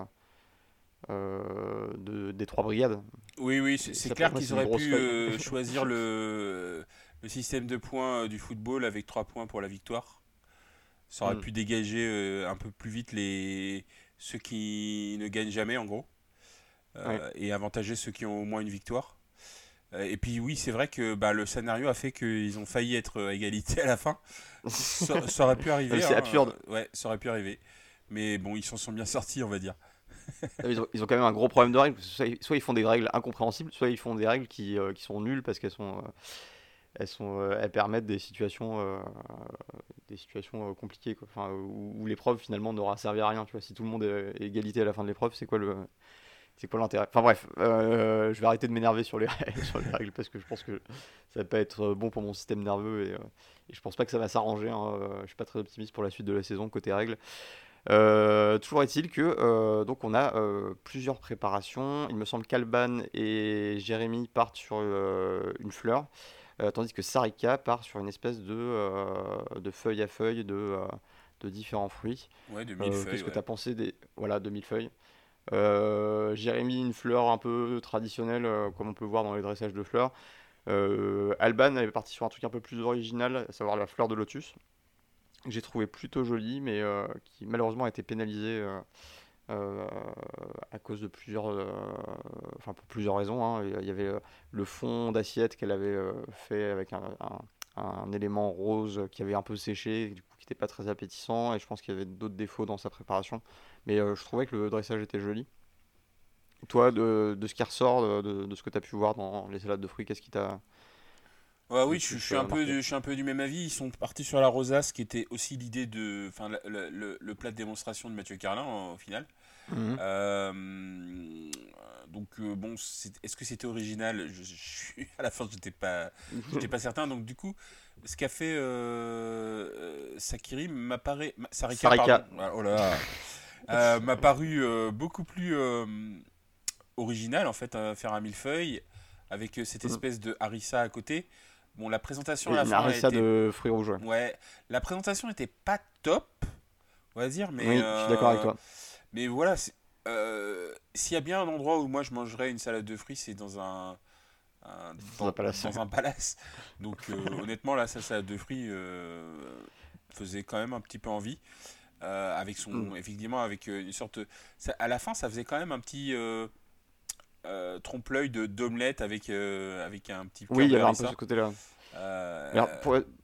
Speaker 1: euh, de, des trois brigades.
Speaker 2: Oui, oui, c'est
Speaker 1: Et
Speaker 2: c'est
Speaker 1: ça pour
Speaker 2: clair
Speaker 1: moi
Speaker 2: qu'ils
Speaker 1: c'est une
Speaker 2: auraient
Speaker 1: grosse
Speaker 2: pu
Speaker 1: faille.
Speaker 2: euh, choisir le, le système de points euh, du football avec trois points pour la victoire. Ça aurait
Speaker 1: Hmm.
Speaker 2: pu dégager euh, un peu plus vite les ceux qui ne gagnent jamais, en gros,
Speaker 1: Ouais.
Speaker 2: euh, et avantager ceux qui ont au moins une victoire. Euh, et puis oui, c'est vrai que bah, le scénario a fait qu'ils ont failli être à égalité à la fin. Ça, ça aurait pu
Speaker 1: Non, mais
Speaker 2: arriver,
Speaker 1: c'est
Speaker 2: hein, euh,
Speaker 1: absurde.
Speaker 2: ouais, ça aurait pu arriver. Mais bon, ils s'en sont bien sortis, on va dire.
Speaker 1: Non, mais Ils ont, ils ont quand même un gros problème de règles. Parce que Soit, ils soit ils font des règles incompréhensibles, soit ils font des règles qui, euh, qui sont nulles parce qu'elles sont, euh, elles sont, euh, elles permettent des situations, euh, des situations euh, compliquées, quoi. Enfin, où, où l'épreuve finalement n'aura servi à rien. Tu vois, si tout le monde est égalité à la fin de l'épreuve, c'est quoi le, c'est quoi l'intérêt? Enfin bref, euh, je vais arrêter de m'énerver sur les, règles, sur les règles parce que je pense que ça va pas être bon pour mon système nerveux et, euh, et je pense pas que ça va s'arranger, hein. Euh, Je suis pas très optimiste pour la suite de la saison côté règles. Euh, toujours est-il que euh, donc on a euh, plusieurs préparations. Il me semble qu'Alban et Jérémy partent sur euh, une fleur. euh, tandis que Sarika part sur une espèce de, euh, de feuille à feuille de, euh, de différents fruits.
Speaker 2: Ouais, de mille
Speaker 1: Euh,
Speaker 2: feuilles,
Speaker 1: qu'est-ce que tu
Speaker 2: ouais.
Speaker 1: as pensé des, voilà, de millefeuilles? Euh, Jérémy, une fleur un peu traditionnelle, euh, comme on peut voir dans les dressages de fleurs. Euh, Alban est parti sur un truc un peu plus original, à savoir la fleur de lotus, que j'ai trouvé plutôt jolie, mais euh, qui malheureusement a été pénalisée euh, euh, à cause de plusieurs, euh, enfin pour plusieurs raisons, hein. Il y avait euh, le fond d'assiette qu'elle avait euh, fait avec un, un- un élément rose qui avait un peu séché, et du coup qui n'était pas très appétissant, et je pense qu'il y avait d'autres défauts dans sa préparation. Mais euh, je trouvais que le dressage était joli. Toi, de, de ce qui ressort, de, de- de ce que tu as pu voir dans les salades de fruits, qu'est-ce qui t'a
Speaker 2: Ouais,
Speaker 1: le
Speaker 2: oui, je, je
Speaker 1: plus
Speaker 2: suis
Speaker 1: euh,
Speaker 2: un peu,
Speaker 1: marqué?
Speaker 2: du- je suis un peu du même avis. Ils sont partis sur la rosace, qui était aussi l'idée de, enfin, le, le- le- le plat de démonstration de Mathieu Carlin au final.
Speaker 1: Mhm.
Speaker 2: Euh, donc euh, bon, c'est- est-ce que c'était original? je, je suis à la fin, j'étais pas, j'étais pas certain. Donc du coup, ce qu'a fait euh, euh, Sakiri m'apparaît, ma- Sarika, pardon.
Speaker 1: Sarika.
Speaker 2: Ah, oh là là. Euh, m'a paru euh, beaucoup plus euh, original en fait, à faire un millefeuille avec euh, cette
Speaker 1: Mhm.
Speaker 2: espèce de harissa à côté. Bon, la présentation à
Speaker 1: Oui,
Speaker 2: la
Speaker 1: une
Speaker 2: fin a
Speaker 1: harissa
Speaker 2: été,
Speaker 1: de fruits rouges. Ouais.
Speaker 2: ouais, la présentation était pas top, on va dire, mais
Speaker 1: Oui, je suis d'accord avec
Speaker 2: euh,
Speaker 1: toi.
Speaker 2: mais voilà, c'est- euh, s'il y a bien un endroit où moi je mangerais une salade de fruits, c'est dans un, un-
Speaker 1: Ça va
Speaker 2: dans,
Speaker 1: pas la
Speaker 2: dans un palace. Donc euh, honnêtement, là, sa salade de fruits euh, faisait quand même un petit peu envie. Euh, avec
Speaker 1: Mhm.
Speaker 2: son, effectivement, avec euh, une sorte, ça- à la fin, ça faisait quand même un petit euh, euh, trompe-l'œil de d'omelette avec avec, avec un petit
Speaker 1: Oui,
Speaker 2: cœur
Speaker 1: il y
Speaker 2: de
Speaker 1: avait un peu ce
Speaker 2: harissa.
Speaker 1: côté-là. Mais alors,
Speaker 2: Euh,
Speaker 1: pour, être-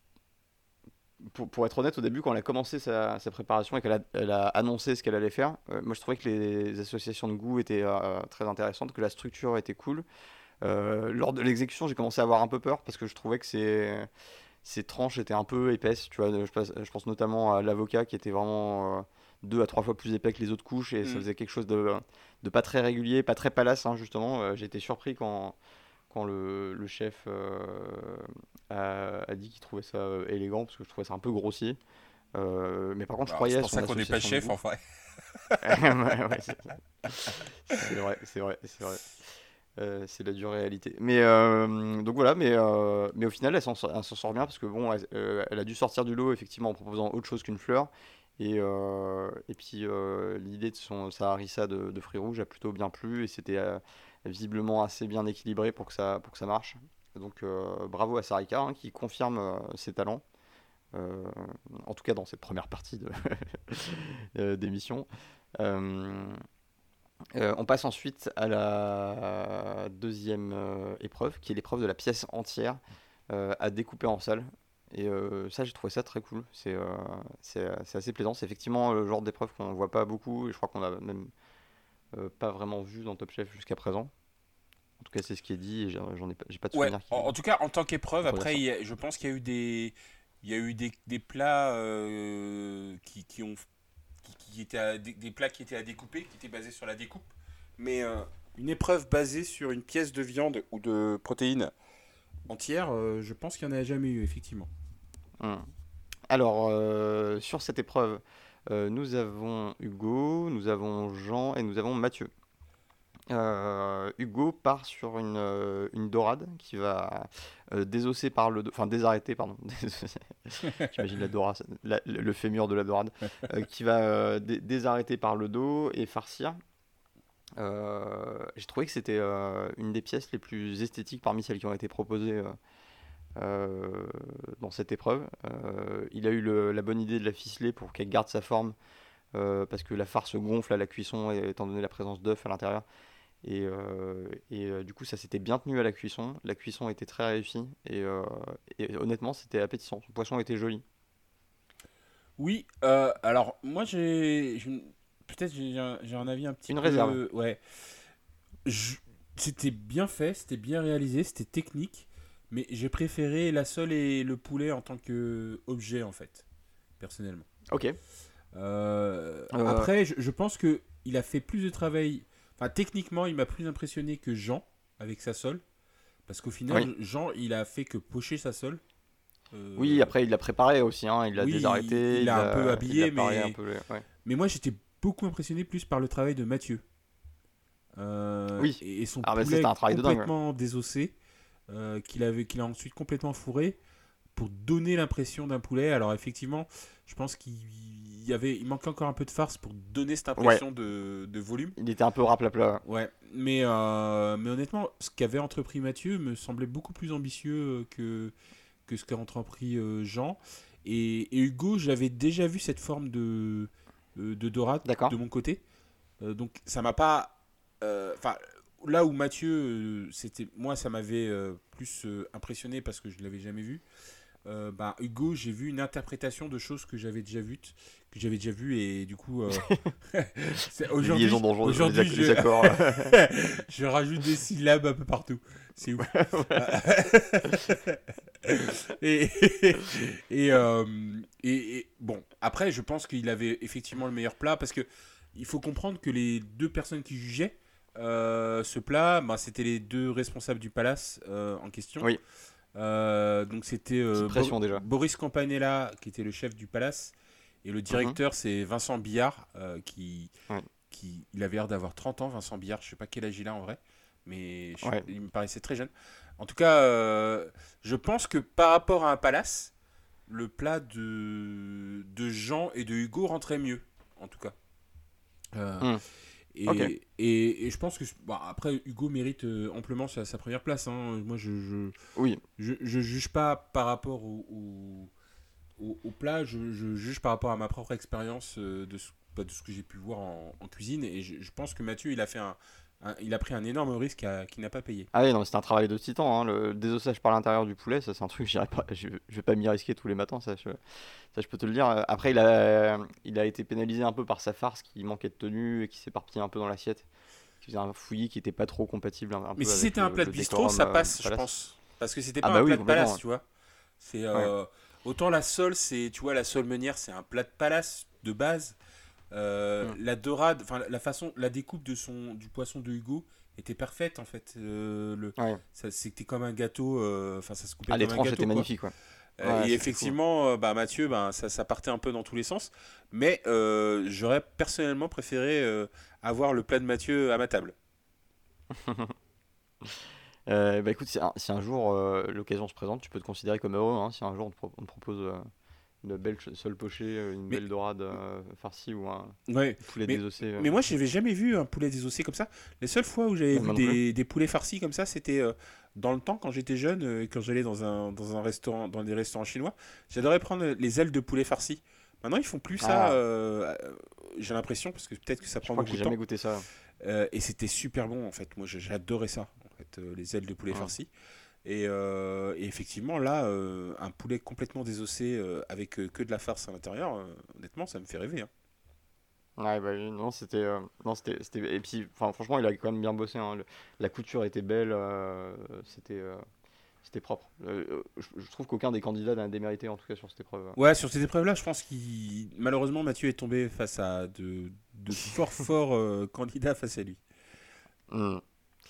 Speaker 1: pour, pour être honnête, au début, quand elle a commencé sa, sa préparation et qu'elle a, elle a annoncé ce qu'elle allait faire, euh, moi je trouvais que les associations de goût étaient euh, très intéressantes, que la structure était cool. Euh, lors de l'exécution, j'ai commencé à avoir un peu peur parce que je trouvais que ces, ces tranches étaient un peu épaisses. Tu vois, je, pense, je pense notamment à l'avocat qui était vraiment euh, deux à trois fois plus épais que les autres couches et ça
Speaker 2: hmm.
Speaker 1: faisait quelque chose de, de pas très régulier, pas très palace, hein, justement. Euh, j'ai été surpris quand, quand le, le chef euh, a, a dit qu'il trouvait ça euh, élégant parce que je trouvais ça un peu grossier. Euh, mais par contre, je
Speaker 2: Alors, c'est
Speaker 1: croyais à
Speaker 2: pour
Speaker 1: son
Speaker 2: ça qu'on n'est pas
Speaker 1: association de
Speaker 2: chef,
Speaker 1: goût.
Speaker 2: enfin.
Speaker 1: Ouais, ouais, c'est c'est vrai, c'est vrai, c'est vrai. Euh, c'est la dure réalité. Mais euh, donc voilà, mais, euh, mais au final, elle s'en sort, elle s'en sort bien parce que bon, elle, euh, elle a dû sortir du lot effectivement en proposant autre chose qu'une fleur. Et, euh, et puis euh, l'idée de son, sa harissa de, de fruits rouges a plutôt bien plu et c'était euh, visiblement assez bien équilibré pour que ça, pour que ça marche. Donc euh, bravo à Sarika hein, qui confirme euh, ses talents, euh, en tout cas dans cette première partie de euh, d'émission. Euh, euh, on passe ensuite à la deuxième euh, épreuve, qui est l'épreuve de la pièce entière euh, à découper en salles. Et euh, ça, j'ai trouvé ça très cool. C'est euh, c'est, euh, c'est assez plaisant. C'est effectivement le genre d'épreuve qu'on voit pas beaucoup, et je crois qu'on a même euh, pas vraiment vu dans Top Chef jusqu'à présent. En tout cas, c'est ce qui est dit, et j'ai- j'en ai pas, j'ai pas de
Speaker 2: Ouais,
Speaker 1: souvenir
Speaker 2: en,
Speaker 1: qui
Speaker 2: en tout cas, en tant qu'épreuve,
Speaker 1: contredire
Speaker 2: après,
Speaker 1: ça.
Speaker 2: il y a- je pense qu'il y a eu des, il y a eu des, des plats euh, qui, qui ont, qui, qui étaient à- des, des plats qui étaient à découper, qui étaient basés sur la découpe. Mais euh, une épreuve basée sur une pièce de viande ou de protéines entière, euh, je pense qu'il n'y en a jamais eu, effectivement.
Speaker 1: Hum. Alors, euh, sur cette épreuve, euh, nous avons Hugo, nous avons Jean et nous avons Mathieu. Euh, Hugo part sur une, euh, une dorade qui va euh, désosser par le dos, enfin désarrêter, pardon. J'imagine la dorade, la- le fémur de la dorade, euh, qui va euh, dé- désarrêter par le dos et farcir. Euh, j'ai trouvé que c'était euh, une des pièces les plus esthétiques parmi celles qui ont été proposées euh, euh, dans cette épreuve. Euh, il a eu le- la bonne idée de la ficeler pour qu'elle garde sa forme, euh, parce que la farce gonfle à la cuisson étant donné la présence d'œufs à l'intérieur. Et, euh, et euh, du coup, ça s'était bien tenu à la cuisson. La cuisson était très réussie. Et, euh, et honnêtement, c'était appétissant. Son poisson était joli.
Speaker 2: Oui, euh, alors moi j'ai, j'ai une- peut-être j'ai un, j'ai un avis un petit
Speaker 1: Une réserve.
Speaker 2: peu, ouais. Je- C'était bien fait, c'était bien réalisé, c'était technique, mais j'ai préféré la sole et le poulet en tant que objet en fait, personnellement.
Speaker 1: Ok.
Speaker 2: Euh,
Speaker 1: Euh,
Speaker 2: après, je, je pense que il a fait plus de travail. Enfin, techniquement, il m'a plus impressionné que Jean avec sa sole, parce qu'au
Speaker 1: oui.
Speaker 2: final, Jean, il a fait que pocher sa sole.
Speaker 1: Oui,
Speaker 2: Euh,
Speaker 1: après, il l'a préparé aussi, hein. Il l'a
Speaker 2: oui, il
Speaker 1: désarrêté.
Speaker 2: il
Speaker 1: Il
Speaker 2: l'a un peu
Speaker 1: l'a, il l'a
Speaker 2: habillé,
Speaker 1: parié un
Speaker 2: mais
Speaker 1: peu. Ouais.
Speaker 2: mais moi, j'étais beaucoup impressionné plus par le travail de Mathieu. Euh,
Speaker 1: Oui.
Speaker 2: et, et son
Speaker 1: Ah, bah, ça, c'était
Speaker 2: poulet
Speaker 1: un travail de dingue. Ouais.
Speaker 2: complètement désossé. euh, qu'il avait, qu'il a ensuite complètement fourré pour donner l'impression d'un poulet. Alors effectivement, je pense qu'il y avait, il manquait encore un peu de farce pour donner cette
Speaker 1: Ouais,
Speaker 2: impression de, de volume.
Speaker 1: il était un peu raplapla.
Speaker 2: Ouais, mais, euh, mais honnêtement, ce qu'avait entrepris Mathieu me semblait beaucoup plus ambitieux que, que ce qu'a entrepris euh, Jean. Et, et Hugo, j'avais déjà vu cette forme de, euh, de dorade
Speaker 1: D'accord.
Speaker 2: de mon côté. Euh, donc ça m'a pas. euh, Enfin, là où Mathieu, euh, c'était, moi, ça m'avait euh, plus euh, impressionné parce que je ne l'avais jamais vu. Euh, bah, Hugo, j'ai vu une interprétation de choses que j'avais déjà vues, que j'avais déjà vu et du coup, euh, c'est-
Speaker 1: Les liaisons
Speaker 2: aujourd'hui,
Speaker 1: dangereuses, les,
Speaker 2: aujourd'hui,
Speaker 1: ac- les
Speaker 2: je,
Speaker 1: accords.
Speaker 2: je rajoute des syllabes un peu partout. C'est ouf.
Speaker 1: Ouais.
Speaker 2: et, et, euh, et, et, bon, après, je pense qu'il avait effectivement le meilleur plat parce que il faut comprendre que les deux personnes qui jugeaient euh, ce plat, bah, c'était les deux responsables du palace euh, en question.
Speaker 1: Oui,
Speaker 2: Euh, donc c'était
Speaker 1: petite
Speaker 2: euh, Bo-
Speaker 1: pression déjà.
Speaker 2: Boris Campanella qui était le chef du palace et le
Speaker 1: Mhm.
Speaker 2: directeur c'est Vincent Billard euh, qui,
Speaker 1: Ouais.
Speaker 2: qui il avait l'air d'avoir trente ans Vincent Billard, je sais pas quel âge il a en vrai mais je-
Speaker 1: Ouais.
Speaker 2: il me paraissait très jeune. En tout cas euh, je pense que par rapport à un palace le plat de, de Jean et de Hugo rentrait mieux en tout cas. Euh,
Speaker 1: Hmm. Ok.
Speaker 2: et, et, et je pense que bon, après Hugo mérite euh, amplement sa, sa première place hein. Moi je, je,
Speaker 1: Oui.
Speaker 2: je, je juge pas par rapport au, au, au- au plat, je, je juge par rapport à ma propre expérience euh, de, ce, bah, de ce que j'ai pu voir en, en cuisine. Et je, je pense que Mathieu, il a, fait un, un- il a pris un énorme risque à- qu'il n'a pas payé.
Speaker 1: Ah oui, non, mais c'est un travail de titan, hein. Le désossage par l'intérieur du poulet, ça c'est un truc, j'irai pas, je, je vais pas m'y risquer tous les matins, ça je, ça je peux te le dire. Après, il a, il a été pénalisé un peu par sa farce qui manquait de tenue et qui s'éparpillait un peu dans l'assiette, qui faisait un fouillis qui était pas trop compatible un, un
Speaker 2: Mais
Speaker 1: peu
Speaker 2: si
Speaker 1: avec
Speaker 2: c'était un
Speaker 1: le,
Speaker 2: plat de
Speaker 1: le
Speaker 2: bistrot,
Speaker 1: décorum
Speaker 2: ça
Speaker 1: euh, du
Speaker 2: passe, je
Speaker 1: palace.
Speaker 2: pense. Parce que c'était
Speaker 1: Ah
Speaker 2: pas un
Speaker 1: bah
Speaker 2: plat
Speaker 1: oui,
Speaker 2: de
Speaker 1: complètement.
Speaker 2: palace, tu vois. C'est
Speaker 1: Ouais.
Speaker 2: euh, autant la sole, c'est tu vois la sole meunière, c'est un plat de palace de base. Euh,
Speaker 1: Hmm.
Speaker 2: la dorade, enfin la façon, la découpe de son du poisson de Hugo était parfaite en fait. Euh, le,
Speaker 1: Ouais.
Speaker 2: ça c'était comme un gâteau, euh, enfin ça se coupait
Speaker 1: Ah, les
Speaker 2: comme un
Speaker 1: tranches
Speaker 2: gâteau
Speaker 1: étaient
Speaker 2: quoi.
Speaker 1: magnifiques, ouais.
Speaker 2: Euh,
Speaker 1: Ouais,
Speaker 2: et
Speaker 1: c'était fou.
Speaker 2: effectivement, euh, bah Mathieu, bah, ça, ça partait un peu dans tous les sens. Mais euh, j'aurais personnellement préféré euh, avoir le plat de Mathieu à ma table.
Speaker 1: Euh, bah écoute, si un, si un jour euh, l'occasion se présente, tu peux te considérer comme heureux, hein, si un jour on te, pro- on te propose euh, une belle ch- sole pochée, euh, une
Speaker 2: Mais
Speaker 1: belle dorade euh, farcie ou un
Speaker 2: ouais,
Speaker 1: poulet
Speaker 2: mais
Speaker 1: désossé. euh.
Speaker 2: mais moi j'avais jamais vu un poulet désossé comme ça. Les seules fois où j'avais
Speaker 1: Bah,
Speaker 2: vu
Speaker 1: moi non plus.
Speaker 2: des, des poulets farcis comme ça, c'était euh, dans le temps quand j'étais jeune, euh, et quand j'allais dans un dans un restaurant, dans des restaurants chinois, j'adorais prendre les ailes de poulet farci. Maintenant ils font plus ça,
Speaker 1: Ah,
Speaker 2: euh, euh, j'ai l'impression parce que peut-être que ça
Speaker 1: je
Speaker 2: prend
Speaker 1: crois que
Speaker 2: beaucoup
Speaker 1: j'ai
Speaker 2: de
Speaker 1: jamais
Speaker 2: temps.
Speaker 1: goûté ça.
Speaker 2: Euh, et c'était super bon en fait. Moi je- j'adorais ça en fait, euh, les ailes de poulet
Speaker 1: Hmm.
Speaker 2: farci. Et, euh, et effectivement là, euh, un poulet complètement désossé euh, avec euh, que de la farce à l'intérieur, euh, honnêtement ça me fait rêver, hein.
Speaker 1: Ouais, bah oui, non, c'était. euh, non, c'était, c'était. Et puis, enfin, franchement, il a quand même bien bossé, hein. Le- la couture était belle, euh, c'était, euh, c'était propre. Euh, euh, je, je trouve qu'aucun des candidats n'a démérité, en tout cas, sur cette épreuve.
Speaker 2: Ouais, sur cette épreuve-là, je pense qu'il malheureusement Mathieu est tombé face à de, de forts forts euh, candidats face à lui.
Speaker 1: Hmm.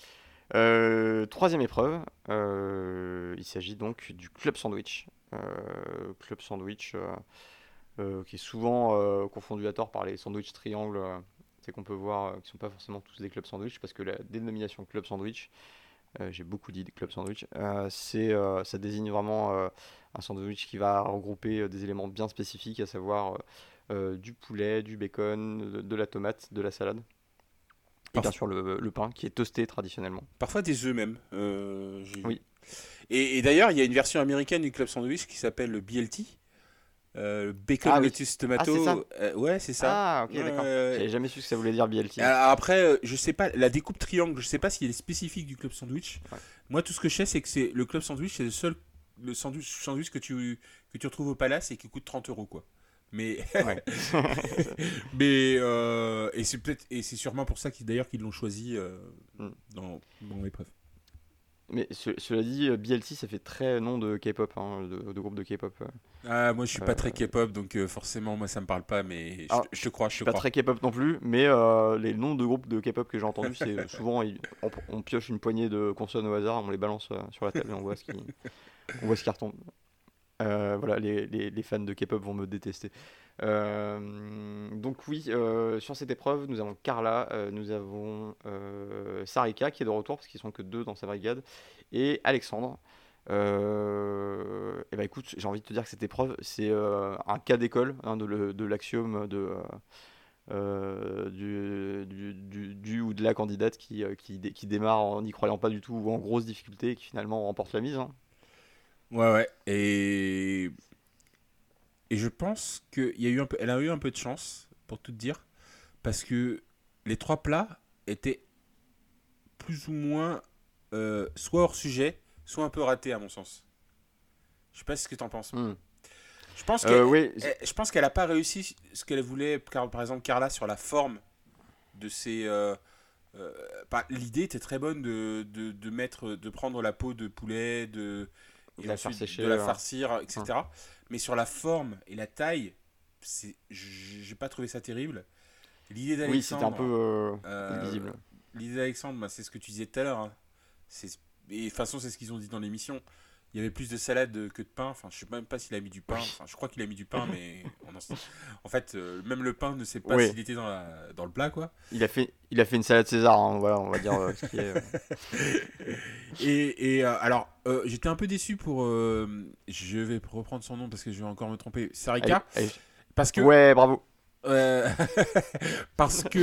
Speaker 1: Euh, troisième épreuve, euh, il s'agit donc du club sandwich. Euh, club sandwich euh, euh, qui est souvent euh, confondu à tort par les sandwichs triangles, euh, c'est qu'on peut voir, euh, qui sont pas forcément tous des clubs sandwich, parce que la dénomination club sandwich, euh, j'ai beaucoup dit club sandwich, euh, c'est, euh, ça désigne vraiment euh, un sandwich qui va regrouper euh, des éléments bien spécifiques, à savoir euh, euh, du poulet, du bacon, de, de la tomate, de la salade, et bien
Speaker 2: Parf-
Speaker 1: sûr le, le pain qui est toasté traditionnellement.
Speaker 2: Parfois des œufs même, euh, j'ai vu.
Speaker 1: Oui.
Speaker 2: Et, et d'ailleurs, il y a une version américaine du club sandwich qui s'appelle le B L T, euh, bacon
Speaker 1: Ah oui.
Speaker 2: lettuce
Speaker 1: Ah, c'est ça.
Speaker 2: tomato. Euh, ouais, c'est ça.
Speaker 1: Ah,
Speaker 2: Ouais,
Speaker 1: ok,
Speaker 2: ouais,
Speaker 1: d'accord.
Speaker 2: ouais.
Speaker 1: J'avais jamais su ce que ça voulait dire B L T.
Speaker 2: Alors après, euh, je sais pas, la découpe triangle, je sais pas si elle est spécifique du club sandwich.
Speaker 1: Ouais.
Speaker 2: Moi, tout ce que je sais, c'est que c'est le club sandwich, c'est le seul le sandwich, sandwich que tu que tu retrouves au Palace et qui coûte trente euros quoi. Mais
Speaker 1: Ouais.
Speaker 2: mais euh, et c'est peut-être et c'est sûrement pour ça qu'ils d'ailleurs qu'ils l'ont choisi euh,
Speaker 1: Mm.
Speaker 2: dans dans l'épreuve.
Speaker 1: Mais ce- cela dit, euh, B L T, ça fait très nom de K-pop, hein, de, de groupe de K-pop. euh.
Speaker 2: Ah, moi je suis pas très
Speaker 1: Euh,
Speaker 2: K-pop donc euh, forcément moi ça me parle pas mais je,
Speaker 1: alors,
Speaker 2: je
Speaker 1: je
Speaker 2: te crois,
Speaker 1: je
Speaker 2: je
Speaker 1: suis
Speaker 2: te
Speaker 1: pas
Speaker 2: crois.
Speaker 1: très K-pop non plus, mais euh, les noms de groupes de K-pop que j'ai entendus, c'est euh, souvent ils- on, on pioche une poignée de consonnes au hasard, on les balance euh, sur la table et on voit ce qui, on voit ce qui retombe. Euh, voilà, les, les- les fans de K-pop vont me détester. Euh, donc oui, euh, sur cette épreuve, nous avons Carla, euh, nous avons euh, Sarika qui est de retour parce qu'ils sont que deux dans sa brigade, Et Alexandre, euh, et bah écoute, j'ai envie de te dire que cette épreuve, c'est euh, un cas d'école hein, de, le- de l'axiome de, euh, du, du, du- du ou de la candidate qui, euh, qui, dé- qui démarre en n'y croyant pas du tout ou en grosse difficulté et qui finalement remporte la mise. Hein.
Speaker 2: Ouais, ouais. Et, et je pense qu'il y a eu un peu, elle a eu un peu de chance, pour tout te dire, parce que les trois plats étaient plus ou moins euh, soit hors sujet, soit un peu ratés à mon sens. Je sais pas ce que t'en penses.
Speaker 1: Hmm.
Speaker 2: Je pense
Speaker 1: Euh,
Speaker 2: qu'elle,
Speaker 1: oui,
Speaker 2: elle- je pense qu'elle a pas réussi ce qu'elle voulait, car, par exemple Carla sur la forme de ses. Euh, euh, bah, l'idée était très bonne de, de, de mettre, de prendre la peau de poulet, de
Speaker 1: de
Speaker 2: et
Speaker 1: la faire
Speaker 2: ensuite
Speaker 1: sécher.
Speaker 2: de la
Speaker 1: euh,
Speaker 2: farcir,
Speaker 1: hein.
Speaker 2: et cetera. Mais sur la forme et la taille, c'est, j'ai pas trouvé ça terrible. L'idée
Speaker 1: Oui, c'était un peu
Speaker 2: d'Alexandre,
Speaker 1: euh,
Speaker 2: euh,
Speaker 1: illisible.
Speaker 2: l'idée d'Alexandre, bah, c'est ce que tu disais tout à l'heure. Hein. C'est, et de toute façon, c'est ce qu'ils ont dit dans l'émission. Il y avait plus de salade que de pain. Enfin, je sais même pas s'il a mis du pain.
Speaker 1: Oui.
Speaker 2: Enfin, je crois qu'il a mis du pain, mais on en, en fait, euh, même le pain ne sait pas
Speaker 1: Oui.
Speaker 2: s'il était dans, la, dans le plat, quoi.
Speaker 1: Il a fait, il a fait une salade César, hein, voilà, on va dire euh, ce qui est. euh.
Speaker 2: Et, et, euh, alors, euh, j'étais un peu déçu pour. Euh, je vais reprendre son nom parce que je vais encore me tromper.
Speaker 1: Allez,
Speaker 2: Sarika.
Speaker 1: allez.
Speaker 2: Parce que.
Speaker 1: Ouais, bravo.
Speaker 2: euh, parce que.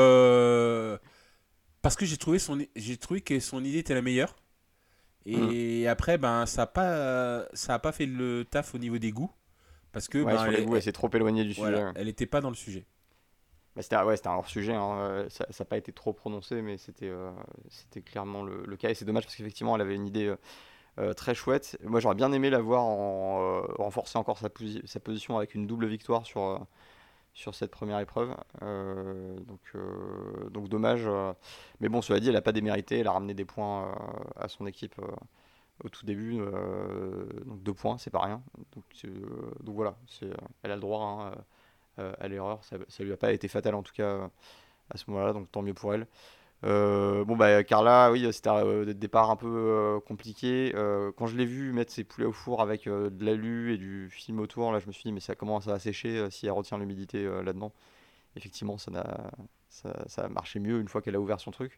Speaker 2: euh, parce que j'ai trouvé, son, j'ai trouvé que son idée était la meilleure.
Speaker 1: Hmm.
Speaker 2: Et après, ben, ça n'a pas, ça a pas fait le taf au niveau des goûts. Parce que,
Speaker 1: Ouais,
Speaker 2: ben,
Speaker 1: sur
Speaker 2: elle,
Speaker 1: les goûts, elle
Speaker 2: elle-
Speaker 1: s'est trop éloignée du sujet.
Speaker 2: voilà,
Speaker 1: Ouais.
Speaker 2: elle n'était pas dans le sujet.
Speaker 1: Bah, c'était, ouais, c'était un hors-sujet, hein, euh, ça n'a pas été trop prononcé, mais c'était, euh, c'était clairement le, le cas. Et c'est dommage parce qu'effectivement, elle avait une idée euh, euh, très chouette. Moi, j'aurais bien aimé la voir en, euh, renforcer encore sa, posi- sa position avec une double victoire sur, euh, sur cette première épreuve. Euh, donc, euh, donc dommage. euh. Mais bon, cela dit, elle n'a pas démérité. Elle a ramené des points euh, à son équipe euh, au tout début. euh, donc deux points, c'est pas rien. Donc, c'est, euh, donc voilà, c'est, euh, elle a le droit hein, euh, à l'erreur. Ça, ça lui a pas été fatal en tout cas euh, à ce moment-là. Donc tant mieux pour elle. Euh, bon bah Carla, oui, c'était un des départ un peu euh, compliqué. Euh, quand je l'ai vu mettre ses poulets au four avec euh, de l'alu et du film autour, là je me suis dit mais ça commence à sécher euh, si elle retient l'humidité euh, là-dedans. Effectivement, ça, n'a, ça, ça a marché mieux une fois qu'elle a ouvert son truc.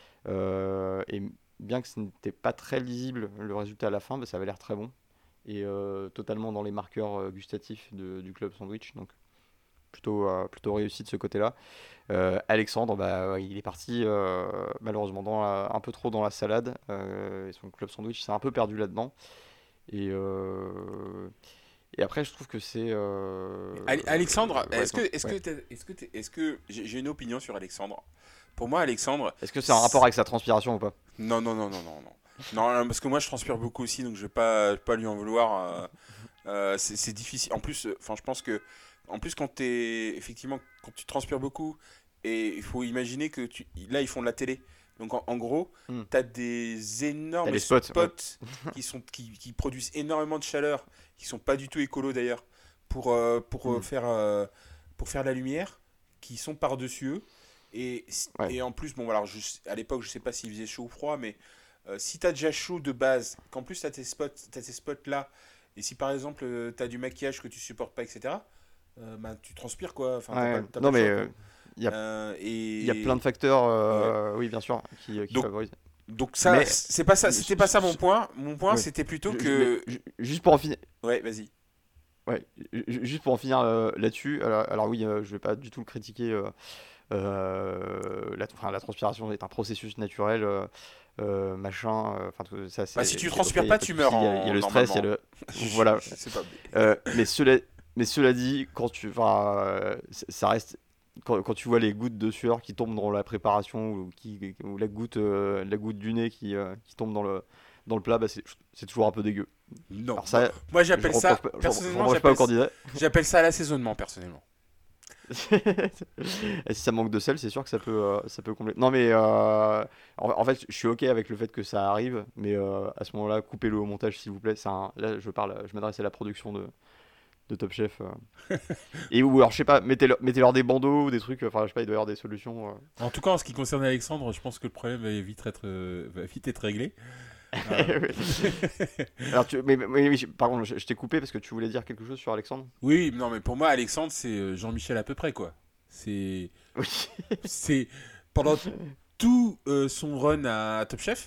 Speaker 1: Euh, et bien que ce n'était pas très lisible le résultat à la fin, bah, ça avait l'air très bon et euh, totalement dans les marqueurs euh, gustatifs de- du club sandwich. Donc plutôt, euh, plutôt réussi de ce côté-là. Euh, Alexandre, bah, ouais, il est parti euh, malheureusement dans la- un peu trop dans la salade. Euh, et son club sandwich s'est un peu perdu là-dedans. Et, euh, et après, je trouve que c'est. euh,
Speaker 2: Ale- Alexandre,
Speaker 1: ouais,
Speaker 2: est-ce que,
Speaker 1: non,
Speaker 2: est-ce que,
Speaker 1: ouais.
Speaker 2: t'as- est-ce que, t'es- est-ce que, j'ai j'ai une opinion sur Alexandre. Pour moi, Alexandre,
Speaker 1: Est-ce que c'est un rapport
Speaker 2: c'est-
Speaker 1: avec sa transpiration ou pas?
Speaker 2: non, non, non, non, non, non. Non, non, parce que moi, je transpire beaucoup aussi, donc je vais pas, pas lui en vouloir. euh, euh, c'est c'est difficile. En plus, euh, enfin, je pense que, en plus, quand t'es, effectivement, quand tu transpires beaucoup, et il faut imaginer que tu, là, ils font de la télé. Donc, en, en gros,
Speaker 1: Hmm.
Speaker 2: tu as des
Speaker 1: T'as
Speaker 2: énormes
Speaker 1: les spots, ouais.
Speaker 2: spots qui, sont, qui, qui produisent énormément de chaleur, qui sont pas du tout écolos d'ailleurs, pour, euh, pour, euh,
Speaker 1: Hmm.
Speaker 2: faire, euh, pour faire la lumière, qui sont par-dessus eux. Et,
Speaker 1: Ouais.
Speaker 2: et en plus, bon, alors, je, à l'époque, je sais pas s'il faisait chaud ou froid, mais euh, si tu as déjà chaud de base, qu'en plus tu as tes spots, t'as ces spots-là, et si par exemple tu as du maquillage que tu supportes pas, et cetera, euh, bah, tu transpires quoi, enfin t'as pas,
Speaker 1: Ouais.
Speaker 2: t'as pas
Speaker 1: Non,
Speaker 2: le
Speaker 1: mais
Speaker 2: choix
Speaker 1: euh,
Speaker 2: quoi.
Speaker 1: il y a,
Speaker 2: Euh,
Speaker 1: il y a plein de
Speaker 2: et
Speaker 1: facteurs,
Speaker 2: ouais.
Speaker 1: euh, oui, bien sûr, qui, euh, qui
Speaker 2: Donc,
Speaker 1: favorisent.
Speaker 2: donc ça,
Speaker 1: Mais.
Speaker 2: c'est pas ça,
Speaker 1: euh,
Speaker 2: c'était pas ça mon point. Mon point,
Speaker 1: ouais.
Speaker 2: c'était plutôt
Speaker 1: Je- je- mais
Speaker 2: que.
Speaker 1: ju- juste pour en finir.
Speaker 2: Ouais, vas-y.
Speaker 1: Ouais, ju- juste pour en finir euh, là-dessus, alors, alors oui, euh, je vais pas du tout le critiquer. euh, euh, la, enfin, la transpiration est un processus naturel, euh, euh, machin. euh, Enfin, tout ça,
Speaker 2: Bah, si
Speaker 1: c'est
Speaker 2: tu
Speaker 1: c'est- ok, il
Speaker 2: transpires
Speaker 1: y a
Speaker 2: pas,
Speaker 1: pas de
Speaker 2: tu
Speaker 1: souci.
Speaker 2: meurs
Speaker 1: Il y, a il y a
Speaker 2: en,
Speaker 1: le stress, il y a
Speaker 2: normalement.
Speaker 1: le
Speaker 2: je,
Speaker 1: voilà.
Speaker 2: je sais pas.
Speaker 1: Euh, mais cela, mais cela dit, quand tu, enfin, euh, c- ça reste. Quand, quand tu vois les gouttes de sueur qui tombent dans la préparation ou, qui, ou la goutte, euh, la goutte du nez qui, euh, qui tombe dans le, dans le plat, bah c'est c'est toujours un peu dégueu.
Speaker 2: Non.
Speaker 1: Alors
Speaker 2: Moi,
Speaker 1: ça,
Speaker 2: moi,
Speaker 1: je
Speaker 2: j'appelle
Speaker 1: reproche
Speaker 2: ça,
Speaker 1: pas, je, je
Speaker 2: personnellement,
Speaker 1: reproche pas au
Speaker 2: j'appelle,
Speaker 1: candidat.
Speaker 2: j'appelle ça l'assaisonnement, personnellement.
Speaker 1: Et si ça manque de sel, c'est sûr que ça peut, euh, ça peut combler. Non, mais euh, en, en fait, je suis ok avec le fait que ça arrive, mais euh, à ce moment-là, coupez-le au montage, s'il vous plaît. C'est un- là, je parle, je m'adresse à la production de, de Top Chef. euh. Et ou alors, je sais pas, mettez-leur, mettez-leur des bandeaux ou des trucs. Enfin, je sais pas, il doit y avoir des solutions. euh.
Speaker 2: En tout cas, en ce qui concerne Alexandre, je pense que le problème va vite être, euh, va vite être réglé. Euh,
Speaker 1: Alors, tu, mais, mais, mais oui, je- pardon, je, je t'ai coupé parce que tu voulais dire quelque chose sur Alexandre.
Speaker 2: oui, non, mais pour moi, Alexandre, c'est euh, Jean-Michel à peu près, quoi. C'est,
Speaker 1: Oui.
Speaker 2: c'est pendant tout euh, son run à Top Chef,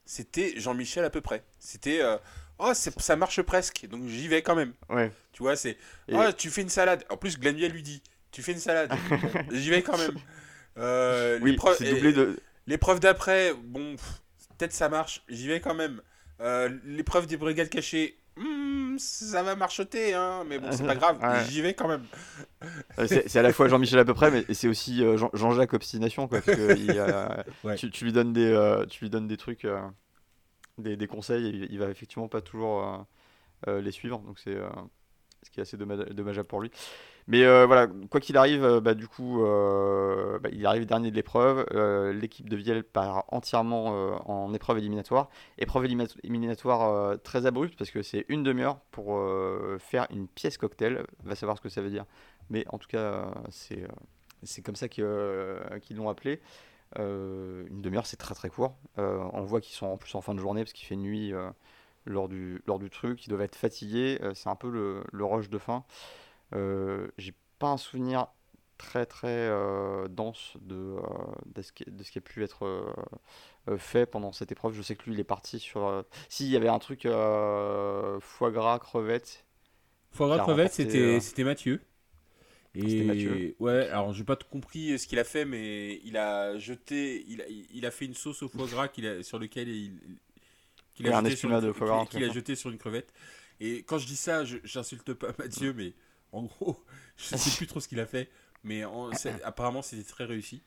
Speaker 2: c'était Jean-Michel à peu près. C'était euh, oh, c'est- ça marche presque, donc j'y vais quand même.
Speaker 1: Ouais.
Speaker 2: Tu vois, c'est oh,
Speaker 1: Et
Speaker 2: tu fais une salade. En plus, Glenville lui dit tu fais une salade. Bon, j'y vais quand même. Euh,
Speaker 1: oui,
Speaker 2: l'épreuve,
Speaker 1: c'est doublé
Speaker 2: euh,
Speaker 1: de.
Speaker 2: l'épreuve d'après, bon, pff, peut-être ça marche, j'y vais quand même. Euh, l'épreuve des brigades cachées, hmm, ça va marchoter, hein, mais bon, c'est pas grave,
Speaker 1: Ouais.
Speaker 2: j'y vais quand même.
Speaker 1: Euh, C'est c'est à la fois Jean-Michel à peu près, mais c'est aussi euh, Jean- Jean-Jacques Obstination, quoi, parce que il y a-
Speaker 2: Ouais.
Speaker 1: tu, tu lui donnes des, euh, tu lui donnes des trucs, euh, des, des conseils, et il, il va effectivement pas toujours euh, euh, les suivre, donc c'est euh, ce qui est assez dommage- dommageable pour lui. Mais euh, voilà, quoi qu'il arrive, euh, bah, du coup, euh, bah, il arrive dernier de l'épreuve. Euh, l'équipe de Vielle part entièrement euh, en épreuve éliminatoire. Épreuve élima- éliminatoire euh, très abrupte parce que c'est une demi-heure pour euh, faire une pièce cocktail. Va savoir ce que ça veut dire. Mais en tout cas, euh, c'est euh, c'est comme ça que, euh, qu'ils l'ont appelé. Euh, une demi-heure, c'est très très court. Euh, on voit qu'ils sont en plus en fin de journée parce qu'il fait nuit euh, lors, du, lors du truc. Ils doivent être fatigués. Euh, c'est un peu le, le rush de fin. Euh, j'ai pas un souvenir très très euh, dense de, euh, de, ce qui, de ce qui a pu être euh, euh, fait pendant cette épreuve. Je sais que lui, il est parti sur. Euh, Si, il y avait un truc euh, foie gras, crevettes,
Speaker 2: Foie gras
Speaker 1: qui a
Speaker 2: crevette,
Speaker 1: remporté. euh,
Speaker 2: c'était c'était Mathieu.
Speaker 1: C'était Mathieu.
Speaker 2: Et ouais,
Speaker 1: Ok.
Speaker 2: alors j'ai pas tout compris ce qu'il a fait, mais il a jeté, il a, il a fait une sauce au foie gras qu'il a, sur lequel il, qu'il a
Speaker 1: Oui, un
Speaker 2: jeté sur une,
Speaker 1: espuma de
Speaker 2: cre-
Speaker 1: foie gras, un
Speaker 2: qu'il
Speaker 1: truc
Speaker 2: qu'il a
Speaker 1: comme ça.
Speaker 2: jeté sur une crevette. Et quand je dis ça, je- j'insulte pas Mathieu, mais en gros, je sais plus trop ce qu'il a fait, mais en- c'est- apparemment c'était très réussi.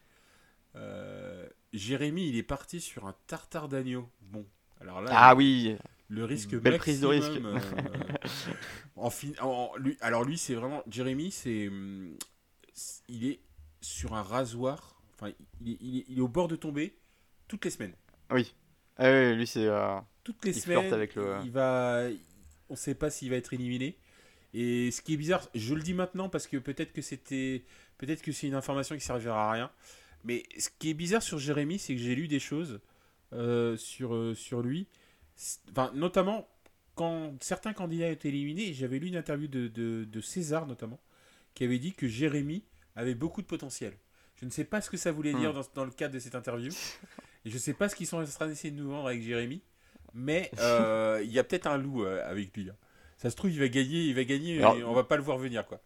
Speaker 2: Euh, Jérémy, il est parti sur un tartare d'agneau. Bon, alors là,
Speaker 1: Ah
Speaker 2: le,
Speaker 1: oui,
Speaker 2: le risque
Speaker 1: belle prise de risque.
Speaker 2: maximum. euh, en fin- en- lui, alors lui, c'est vraiment Jérémy, c'est hum, c'est- il est sur un rasoir. Enfin, il est, il est- il est au bord de tomber toutes les semaines.
Speaker 1: Oui. Ah oui, lui, c'est. euh,
Speaker 2: Toutes les
Speaker 1: Il flirte
Speaker 2: semaines,
Speaker 1: avec le.
Speaker 2: il va, on ne sait pas s'il va être éliminé. Et ce qui est bizarre, je le dis maintenant parce que peut-être que c'était, peut-être que c'est une information qui servira à rien. Mais ce qui est bizarre sur Jérémy, c'est que j'ai lu des choses euh, sur, euh, sur lui. C'est- Enfin, notamment quand certains candidats étaient éliminés, j'avais lu une interview de, de, de César notamment, qui avait dit que Jérémy avait beaucoup de potentiel. Je ne sais pas ce que ça voulait
Speaker 1: Hmm.
Speaker 2: dire dans, dans le cadre de cette interview. Et je ne sais pas ce qu'ils sont en train d'essayer de nous vendre avec Jérémy. Mais euh, il y a peut-être un loup euh, avec lui, hein. Ça se trouve, il va gagner, il va gagner
Speaker 1: Alors,
Speaker 2: et on va pas le voir venir, quoi.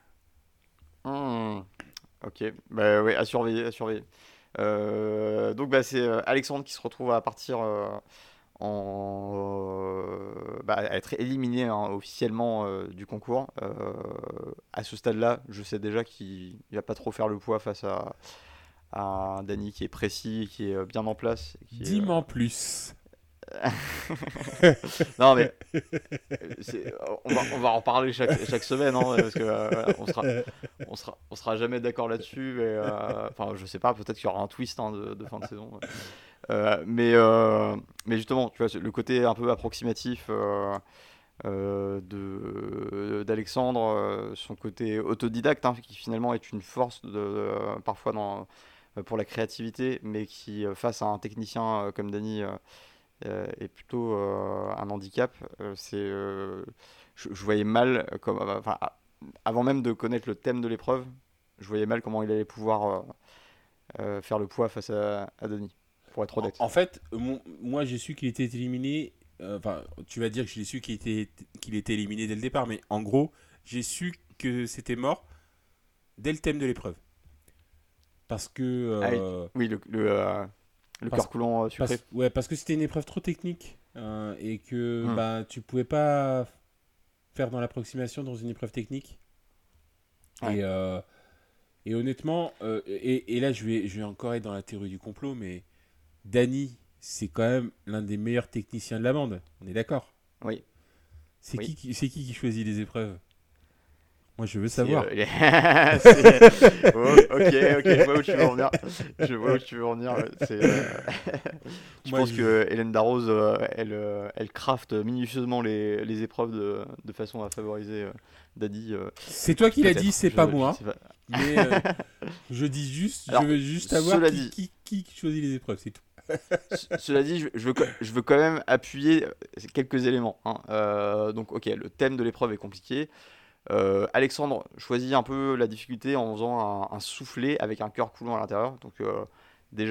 Speaker 1: hmm, ok. Bah oui, à surveiller, à surveiller. Euh, donc bah, c'est euh, Alexandre qui se retrouve à partir euh, en, euh, bah, à être éliminé hein, officiellement euh, du concours. Euh, à ce stade-là, je sais déjà qu'il ne va pas trop faire le poids face à, à un Dany qui est précis, qui est euh, bien en place. et Qui est,
Speaker 2: Dis-moi en plus.
Speaker 1: euh, Non mais euh, c'est- on va, on va en parler chaque, chaque semaine hein, parce que euh, voilà, on sera, on sera, on sera jamais d'accord là-dessus. mais, euh, Enfin, je sais pas, peut-être qu'il y aura un twist hein, de, de fin de saison. Euh, mais, euh, mais justement, tu vois, le côté un peu approximatif euh, euh, de, d'Alexandre, euh, son côté autodidacte, hein, qui finalement est une force de, de- parfois dans, pour la créativité, mais qui, euh, face à un technicien euh, comme Dany, euh, euh, est plutôt euh, un handicap. Euh, c'est, euh, je, je voyais mal, euh, comme, euh, enfin, a- avant même de connaître le thème de l'épreuve, je voyais mal comment il allait pouvoir euh, euh, faire le poids face à, à Dany, pour être
Speaker 2: En,
Speaker 1: honnête.
Speaker 2: en fait, mon- moi j'ai su qu'il était éliminé. euh, Enfin, tu vas dire que j'ai su qu'il était, qu'il était éliminé dès le départ, mais en gros, j'ai su que c'était mort dès le thème de l'épreuve. Parce que.
Speaker 1: Ah oui,
Speaker 2: euh,
Speaker 1: oui, le, le, euh, le
Speaker 2: parce,
Speaker 1: cœur coulant euh, sucré.
Speaker 2: parce, ouais, parce que c'était une épreuve trop technique euh, et que
Speaker 1: Hmm.
Speaker 2: bah, tu pouvais pas faire dans l'approximation dans une épreuve technique.
Speaker 1: Ouais.
Speaker 2: Et, euh, et honnêtement, euh, et, et là je vais, je vais encore être dans la théorie du complot, mais Dany, c'est quand même l'un des meilleurs techniciens de la bande. On est d'accord?
Speaker 1: Oui,
Speaker 2: C'est
Speaker 1: oui.
Speaker 2: qui, qui- c'est qui qui choisit les épreuves? Moi je veux
Speaker 1: C'est, euh,
Speaker 2: savoir.
Speaker 1: les- c'est- Oh, ok, ok, je vois où tu veux en venir. Je vois où tu veux en venir. ouais. C'est, euh, Je
Speaker 2: Moi,
Speaker 1: pense
Speaker 2: je-
Speaker 1: que Hélène Darroze, euh, elle, euh, elle crafte minutieusement les, les épreuves de, de façon à favoriser euh, Dany. euh,
Speaker 2: c'est toi qui l'as dit,
Speaker 1: Peut-être,
Speaker 2: c'est
Speaker 1: je,
Speaker 2: pas
Speaker 1: je ne
Speaker 2: moi.
Speaker 1: sais pas.
Speaker 2: Mais euh, je dis juste, je
Speaker 1: Alors,
Speaker 2: veux juste savoir
Speaker 1: cela
Speaker 2: qui,
Speaker 1: dit,
Speaker 2: qui, qui choisit les épreuves, c'est tout.
Speaker 1: ce- cela dit, je, je veux, co- je veux quand même appuyer euh, quelques éléments. hein. Euh, donc, ok, le thème de l'épreuve est compliqué. Euh, Alexandre choisit un peu la difficulté en faisant un, un soufflet avec un cœur coulant à l'intérieur. Donc, euh, déjà,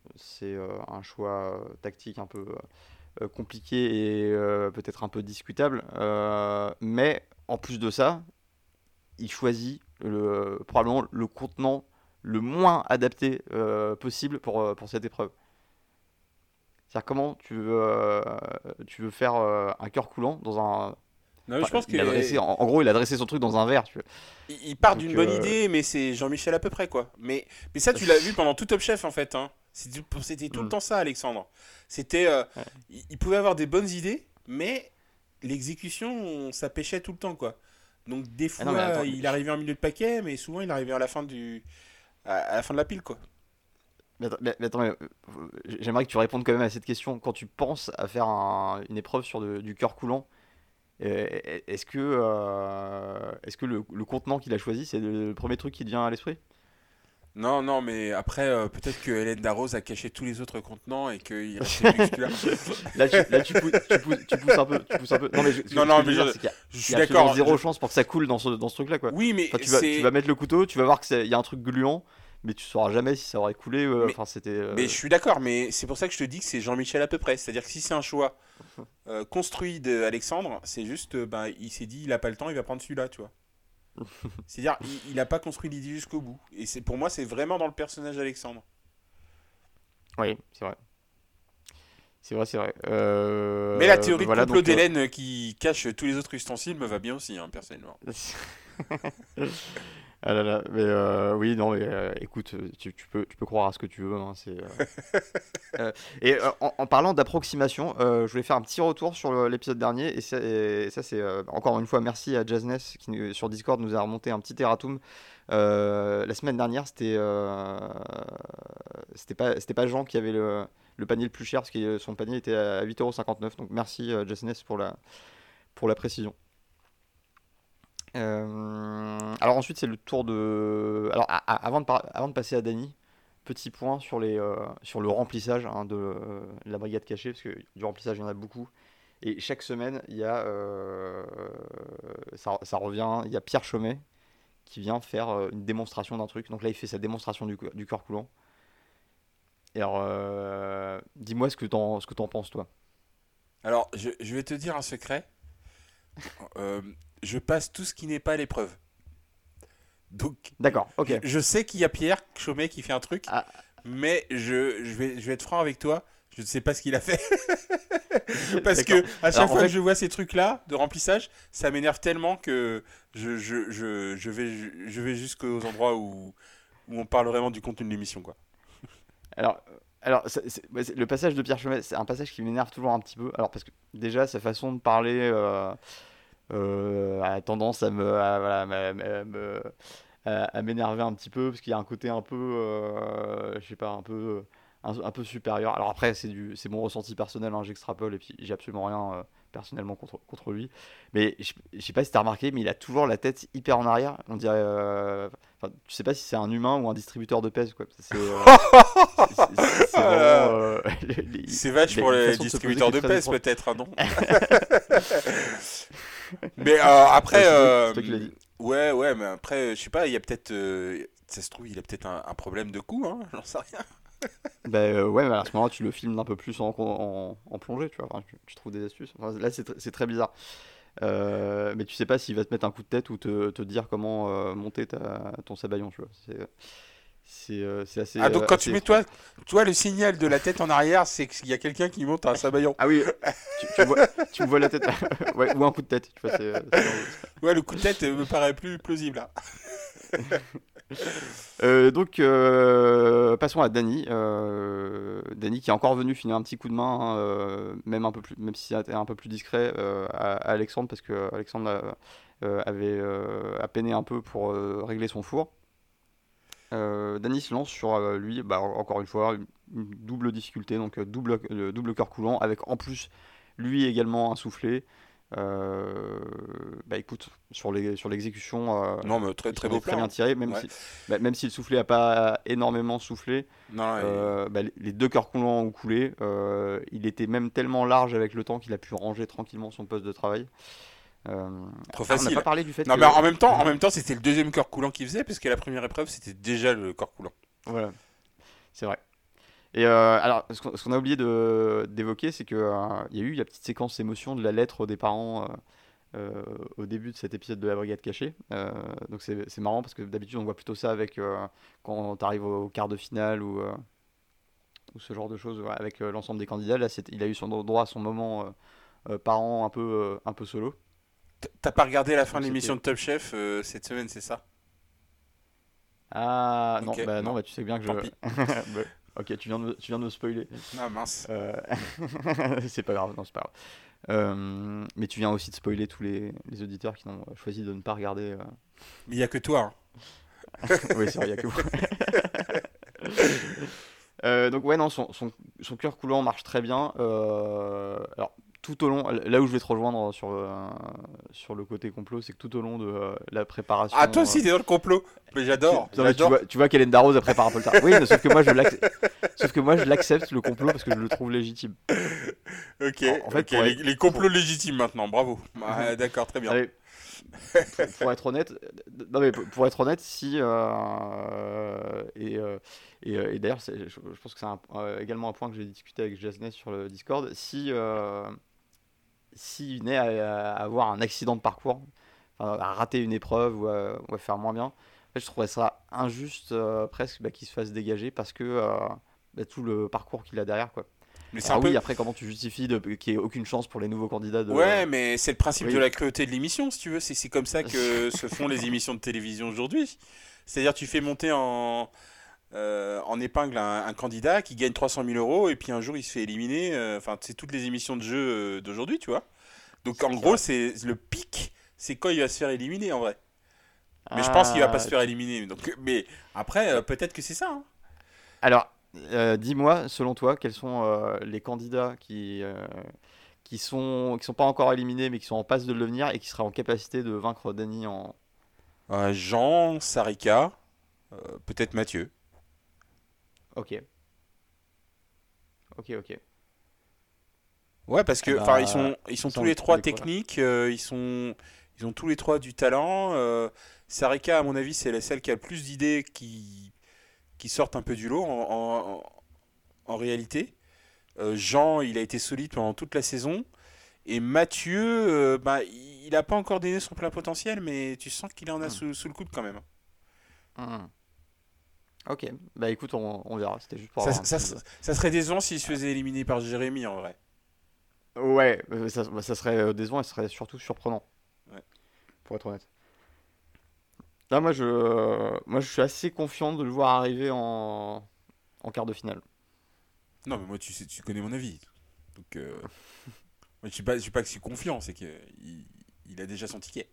Speaker 1: c'est euh, un choix euh, tactique un peu euh, compliqué et euh, peut-être un peu discutable. Euh, mais en plus de ça, il choisit le, probablement le contenant le moins adapté euh, possible pour, euh, pour cette épreuve. C'est-à-dire comment tu veux, euh, tu veux faire euh, un cœur coulant dans un...
Speaker 2: Non, mais
Speaker 1: Enfin,
Speaker 2: je pense
Speaker 1: il a dressé,
Speaker 2: que
Speaker 1: en, en gros, il a dressé son truc dans un verre, tu vois.
Speaker 2: il il part
Speaker 1: Donc,
Speaker 2: d'une bonne
Speaker 1: euh,
Speaker 2: idée, mais c'est Jean-Michel à peu près, quoi. Mais, mais ça, tu l'as vu pendant tout Top Chef, en fait. Hein. C'était c'était tout le
Speaker 1: hmm,
Speaker 2: temps ça, Alexandre. C'était, euh,
Speaker 1: ouais.
Speaker 2: il il pouvait avoir des bonnes idées, mais l'exécution, ça pêchait tout le temps, quoi. Donc des
Speaker 1: Ah non, mais
Speaker 2: fois,
Speaker 1: attends, mais
Speaker 2: il
Speaker 1: je-
Speaker 2: arrivait en milieu de paquet, mais souvent, il arrivait à la fin du, à, à la fin de la pile, quoi.
Speaker 1: mais attends, mais- mais attends, mais, euh, j'aimerais que tu répondes quand même à cette question. Quand tu penses à faire un- une épreuve sur de- du cœur coulant, euh, est-ce que, euh, est-ce que le, le contenant qu'il a choisi, c'est le premier truc qui te vient à l'esprit?
Speaker 2: Non, non, mais après, euh, peut-être que Hélène Darroze a caché tous les autres contenants et qu'il restait plus que celui-là.
Speaker 1: Là, tu, là tu, pousses, tu, pousses, tu pousses un peu, tu pousses un peu. Non, mais je- ce,
Speaker 2: Non,
Speaker 1: que ce que
Speaker 2: non,
Speaker 1: je
Speaker 2: mais
Speaker 1: veux
Speaker 2: je,
Speaker 1: dire, c'est qu'il y a,
Speaker 2: je
Speaker 1: il y
Speaker 2: suis
Speaker 1: a absolument
Speaker 2: d'accord.
Speaker 1: zéro
Speaker 2: je-
Speaker 1: chance pour que ça coule dans ce, dans ce truc-là, quoi.
Speaker 2: Oui, mais
Speaker 1: Enfin, tu vas, tu
Speaker 2: c'est.
Speaker 1: vas mettre le couteau, tu vas voir qu'il y a un truc gluant, mais tu sauras jamais si ça aurait coulé. euh,
Speaker 2: Mais
Speaker 1: Enfin, c'était.
Speaker 2: Mais
Speaker 1: euh,
Speaker 2: je suis d'accord, mais c'est pour ça que je te dis que c'est Jean-Michel à peu près. C'est-à-dire que si c'est un choix euh, construit d'Alexandre, c'est juste, euh, ben, il s'est dit, il a pas le temps, il va prendre celui-là, tu vois. C'est-à-dire, il, il a pas construit l'idée jusqu'au bout. Et c'est pour moi, c'est vraiment dans le personnage d'Alexandre.
Speaker 1: Oui, c'est vrai. C'est vrai, c'est vrai.
Speaker 2: Mais la
Speaker 1: Euh, bah
Speaker 2: théorie de
Speaker 1: voilà,
Speaker 2: complot
Speaker 1: donc. euh,
Speaker 2: d'Hélène qui cache tous les autres ustensiles me va bien aussi, hein, personnellement.
Speaker 1: Ah là là, mais euh, oui, non, mais euh, écoute, euh, tu, tu peux, tu peux croire à ce que tu veux. Hein, c'est, euh, euh, et euh, en, en parlant d'approximation, euh, je voulais faire un petit retour sur le- l'épisode dernier. Et ça, et ça c'est euh, encore une fois merci à Jazzness qui nous- sur Discord nous a remonté un petit erratum. Euh, la semaine dernière, c'était euh, c'était pas, c'était pas Jean qui avait le, le panier le plus cher parce que son panier était à huit euros cinquante-neuf. Donc merci euh, Jazzness pour la, pour la précision. Euh, alors ensuite c'est le tour de... Alors a- a- avant de, par- avant de passer à Dany, petit point sur, les, euh, sur le remplissage hein, de euh, la brigade cachée, parce que du remplissage il y en a beaucoup. Et chaque semaine il y a... euh, ça, ça revient, il y a Pierre Chomet qui vient faire euh, une démonstration d'un truc. Donc là il fait sa démonstration du, du cœur coulant. Et alors euh, dis-moi ce que t'en, ce que t'en penses toi.
Speaker 2: Alors, je, je vais te dire un secret. Euh, je passe tout ce qui n'est pas l'épreuve. Donc,
Speaker 1: D'accord, ok.
Speaker 2: je, je sais qu'il y a Pierre Chaumet qui fait un truc,
Speaker 1: Ah,
Speaker 2: mais je, je, vais, je vais être franc avec toi. Je ne sais pas ce qu'il a fait. Parce
Speaker 1: d'accord.
Speaker 2: que à chaque
Speaker 1: Alors en
Speaker 2: fois que
Speaker 1: fait,
Speaker 2: je vois ces trucs-là de remplissage, ça m'énerve tellement que je, je, je, je vais, je vais jusqu'aux endroits où, où on parle vraiment du contenu de l'émission, quoi.
Speaker 1: Alors, euh, alors c'est- c'est- ouais, c'est- le passage de Pierre Chemet, c'est un passage qui m'énerve toujours un petit peu. Alors, parce que déjà, sa façon de parler euh, euh, a tendance à me, à, voilà, m'a- m'a- me- à- à m'énerver un petit peu, parce qu'il y a un côté un peu, euh, je sais pas, un peu, un, un peu supérieur. Alors après, c'est du, c'est mon ressenti personnel, hein, j'extrapole, et puis j'ai absolument rien euh, personnellement contre, contre lui. Mais je, je sais pas si t'as remarqué, mais il a toujours la tête hyper en arrière. On dirait, euh, enfin, tu sais pas si c'est un humain ou un distributeur de pèse, quoi. C'est, euh, c'est c'est- c'est- c'est vraiment. euh, les- les-
Speaker 2: C'est vache
Speaker 1: il a
Speaker 2: pour
Speaker 1: une
Speaker 2: les
Speaker 1: façon de se poser
Speaker 2: distributeurs
Speaker 1: qui est
Speaker 2: de
Speaker 1: très
Speaker 2: pèse,
Speaker 1: étrange.
Speaker 2: peut-être, hein, non? Mais euh,
Speaker 1: Ouais,
Speaker 2: après,
Speaker 1: c'est toi,
Speaker 2: euh,
Speaker 1: c'est toi qui l'as dit.
Speaker 2: ouais, ouais, mais après, je sais pas, il y a peut-être, euh, ça se trouve, il a peut-être un, un problème de cou, hein, j'en sais rien.
Speaker 1: Bah euh, ouais, mais à ce moment-là, tu le filmes un peu plus en, en, en plongée, tu vois. Enfin, tu, tu trouves des astuces. Enfin, là, c'est tr- c'est très bizarre. Euh, mais tu sais pas s'il va te mettre un coup de tête ou te, te dire comment euh, monter ta, ton sabayon, tu vois. C'est c'est euh, c'est assez,
Speaker 2: Ah, donc
Speaker 1: euh,
Speaker 2: quand tu
Speaker 1: assez
Speaker 2: mets
Speaker 1: étrange.
Speaker 2: toi, toi le signal de la tête en arrière, c'est qu'il y a quelqu'un qui monte un sabayon.
Speaker 1: Ah oui, tu, tu me vois, tu me vois la tête. Ouais, ou un coup de tête, tu vois. C'est euh, c'est dangereux.
Speaker 2: Ouais, le coup de tête euh, me paraît plus plausible, là.
Speaker 1: Euh, donc, euh, passons à Dany. Euh, Dany qui est encore venu filer un petit coup de main, hein, euh, même, un peu plus, même si c'était un peu plus discret, euh, à, à Alexandre, parce que Alexandre a- euh, avait euh, a peiné un peu pour euh, régler son four. Euh, Dany se lance sur euh, lui, bah, en- encore une fois, une, une double difficulté, donc euh, double, le double cœur coulant, avec en plus lui également un soufflé. Euh, bah écoute, sur les, sur l'exécution, euh,
Speaker 2: Non, mais très
Speaker 1: il
Speaker 2: très
Speaker 1: s'en est
Speaker 2: beau
Speaker 1: très bien
Speaker 2: plan,
Speaker 1: tiré,
Speaker 2: hein.
Speaker 1: même
Speaker 2: Ouais.
Speaker 1: si, bah, même si le soufflet n'a pas énormément soufflé,
Speaker 2: Non, et-
Speaker 1: euh, bah, les les deux cœurs coulants ont coulé. Euh, il était même tellement large avec le temps qu'il a pu ranger tranquillement son poste de travail. Euh,
Speaker 2: trop
Speaker 1: ah, on n'a pas
Speaker 2: facile.
Speaker 1: parlé du fait
Speaker 2: Non, mais
Speaker 1: que...
Speaker 2: en même temps, en même temps, c'était le deuxième corps coulant qu'il faisait, parce que la première épreuve, c'était déjà le corps coulant.
Speaker 1: Voilà, c'est vrai. Et euh, alors, ce qu'on, ce qu'on a oublié de, d'évoquer, c'est qu'il euh, y a eu la petite séquence émotion de la lettre des parents euh, euh, au début de cet épisode de la Brigade Cachée. Euh, donc c'est, c'est marrant parce que d'habitude on voit plutôt ça avec euh, quand t'arrives au quart de finale ou, euh, ou ce genre de choses ouais, avec euh, l'ensemble des candidats. Là, c'est, il a eu son droit à son moment euh, euh, parent un peu, euh, un peu solo.
Speaker 2: T- T'as pas regardé la fin
Speaker 1: Donc
Speaker 2: de l'émission
Speaker 1: c'était.
Speaker 2: de Top Chef euh, cette semaine, c'est ça?
Speaker 1: Ah non,
Speaker 2: Ok,
Speaker 1: bah non,
Speaker 2: non,
Speaker 1: bah tu sais bien que je.
Speaker 2: tant pis.
Speaker 1: Bah, ok, tu viens de, me- tu viens de me spoiler.
Speaker 2: Ah mince.
Speaker 1: Euh, c'est pas grave, non, c'est pas grave. Euh, mais tu viens aussi de spoiler tous les, les auditeurs qui ont choisi de ne pas regarder. euh.
Speaker 2: Mais il y a que toi.
Speaker 1: Oui, c'est vrai, il y a que moi. Euh, donc ouais, non, son, son, son cœur coulant marche très bien. Euh, alors, tout au long, là où je vais te rejoindre sur, euh, sur le côté complot, c'est que tout au long de euh, la
Speaker 2: Ah, toi
Speaker 1: préparation... euh,
Speaker 2: aussi, t'es dans le complot. Mais
Speaker 1: tu,
Speaker 2: j'adore,
Speaker 1: non, mais tu
Speaker 2: j'adore.
Speaker 1: vois, tu vois qu'Hélène Darroze a préparé un peu le tard. Oui, mais sauf que moi, je l'accepte, sauf que moi, je l'accepte, le complot, parce que je le trouve légitime.
Speaker 2: Ok,
Speaker 1: En, en fait,
Speaker 2: ok,
Speaker 1: pour
Speaker 2: les,
Speaker 1: être...
Speaker 2: les
Speaker 1: Pour...
Speaker 2: complots légitimes maintenant, bravo. Ah, d'accord, très bien.
Speaker 1: Allez, pour, pour être honnête, non mais pour pour être honnête, si euh, et, euh, et, euh, et d'ailleurs, c'est- je, je pense que c'est un- euh, également un point que j'ai discuté avec Jasnez sur le Discord. Si euh, s'il venait à, à avoir un accident de parcours, enfin, à rater une épreuve ou à, ou à faire moins bien, en fait, je trouverais ça injuste euh, presque bah, qu'il se fasse dégager parce que euh, bah, tout le parcours qu'il a derrière quoi.
Speaker 2: Mais c'est un
Speaker 1: Alors oui,
Speaker 2: peu.
Speaker 1: après comment tu justifies de- qu'il n'y ait aucune chance pour les nouveaux candidats de.
Speaker 2: Ouais, mais c'est le principe de
Speaker 1: Oui.
Speaker 2: la cruauté de l'émission, si tu veux. C'est c'est comme ça que se font les émissions de télévision aujourd'hui. C'est-à-dire, tu fais monter en, euh, en épingle un, un candidat qui gagne trois cent mille euros et puis un jour il se fait éliminer. euh, Enfin, c'est toutes les émissions de jeu euh, d'aujourd'hui, tu vois. Donc en
Speaker 1: C'est
Speaker 2: gros,
Speaker 1: vrai.
Speaker 2: c'est le pic, c'est quand il va se faire éliminer en vrai. Mais je pense qu'il va pas se
Speaker 1: Ah,
Speaker 2: faire éliminer. Donc, mais après, euh, peut-être que c'est ça, hein.
Speaker 1: alors, euh, dis-moi, selon toi, quels sont euh, les candidats qui, euh, qui sont qui sont pas encore éliminés mais qui sont en passe de le devenir et qui seraient en capacité de vaincre Dany en...
Speaker 2: Euh, Jean, Sarika, euh, peut-être Mathieu.
Speaker 1: Ok, ok, ok.
Speaker 2: Ouais, parce
Speaker 1: Ah
Speaker 2: que enfin ils
Speaker 1: bah,
Speaker 2: sont ils sont
Speaker 1: ça,
Speaker 2: tous
Speaker 1: on le
Speaker 2: les
Speaker 1: trouve
Speaker 2: trois
Speaker 1: des quoi?
Speaker 2: techniques, euh, ils sont ils ont tous les trois du talent. euh, Sarika, à mon avis, c'est la celle qui a le plus d'idées qui qui sortent un peu du lot en, en, en réalité. Euh, Jean, il a été solide pendant toute la saison. Et Mathieu, euh, bah, il n'a pas encore donné son plein potentiel, mais tu sens qu'il en a
Speaker 1: Hmm,
Speaker 2: sous, sous le coude quand même.
Speaker 1: hmm. Ok, bah écoute, on, on verra. C'était juste pour
Speaker 2: Ça,
Speaker 1: avoir un
Speaker 2: ça,
Speaker 1: petit.
Speaker 2: ça serait décevant s'il se faisait éliminer par Jérémy en vrai.
Speaker 1: Ouais, euh, ça, bah, ça serait euh, décevant et ça serait surtout surprenant,
Speaker 2: Ouais.
Speaker 1: pour être honnête. Là, moi, je, euh, moi, je suis assez confiant de le voir arriver en, en quart de finale.
Speaker 2: Non, mais moi, tu sais, tu connais mon avis. Donc, euh, moi, je suis pas, je suis pas que je suis confiant, c'est que il, il a déjà son ticket.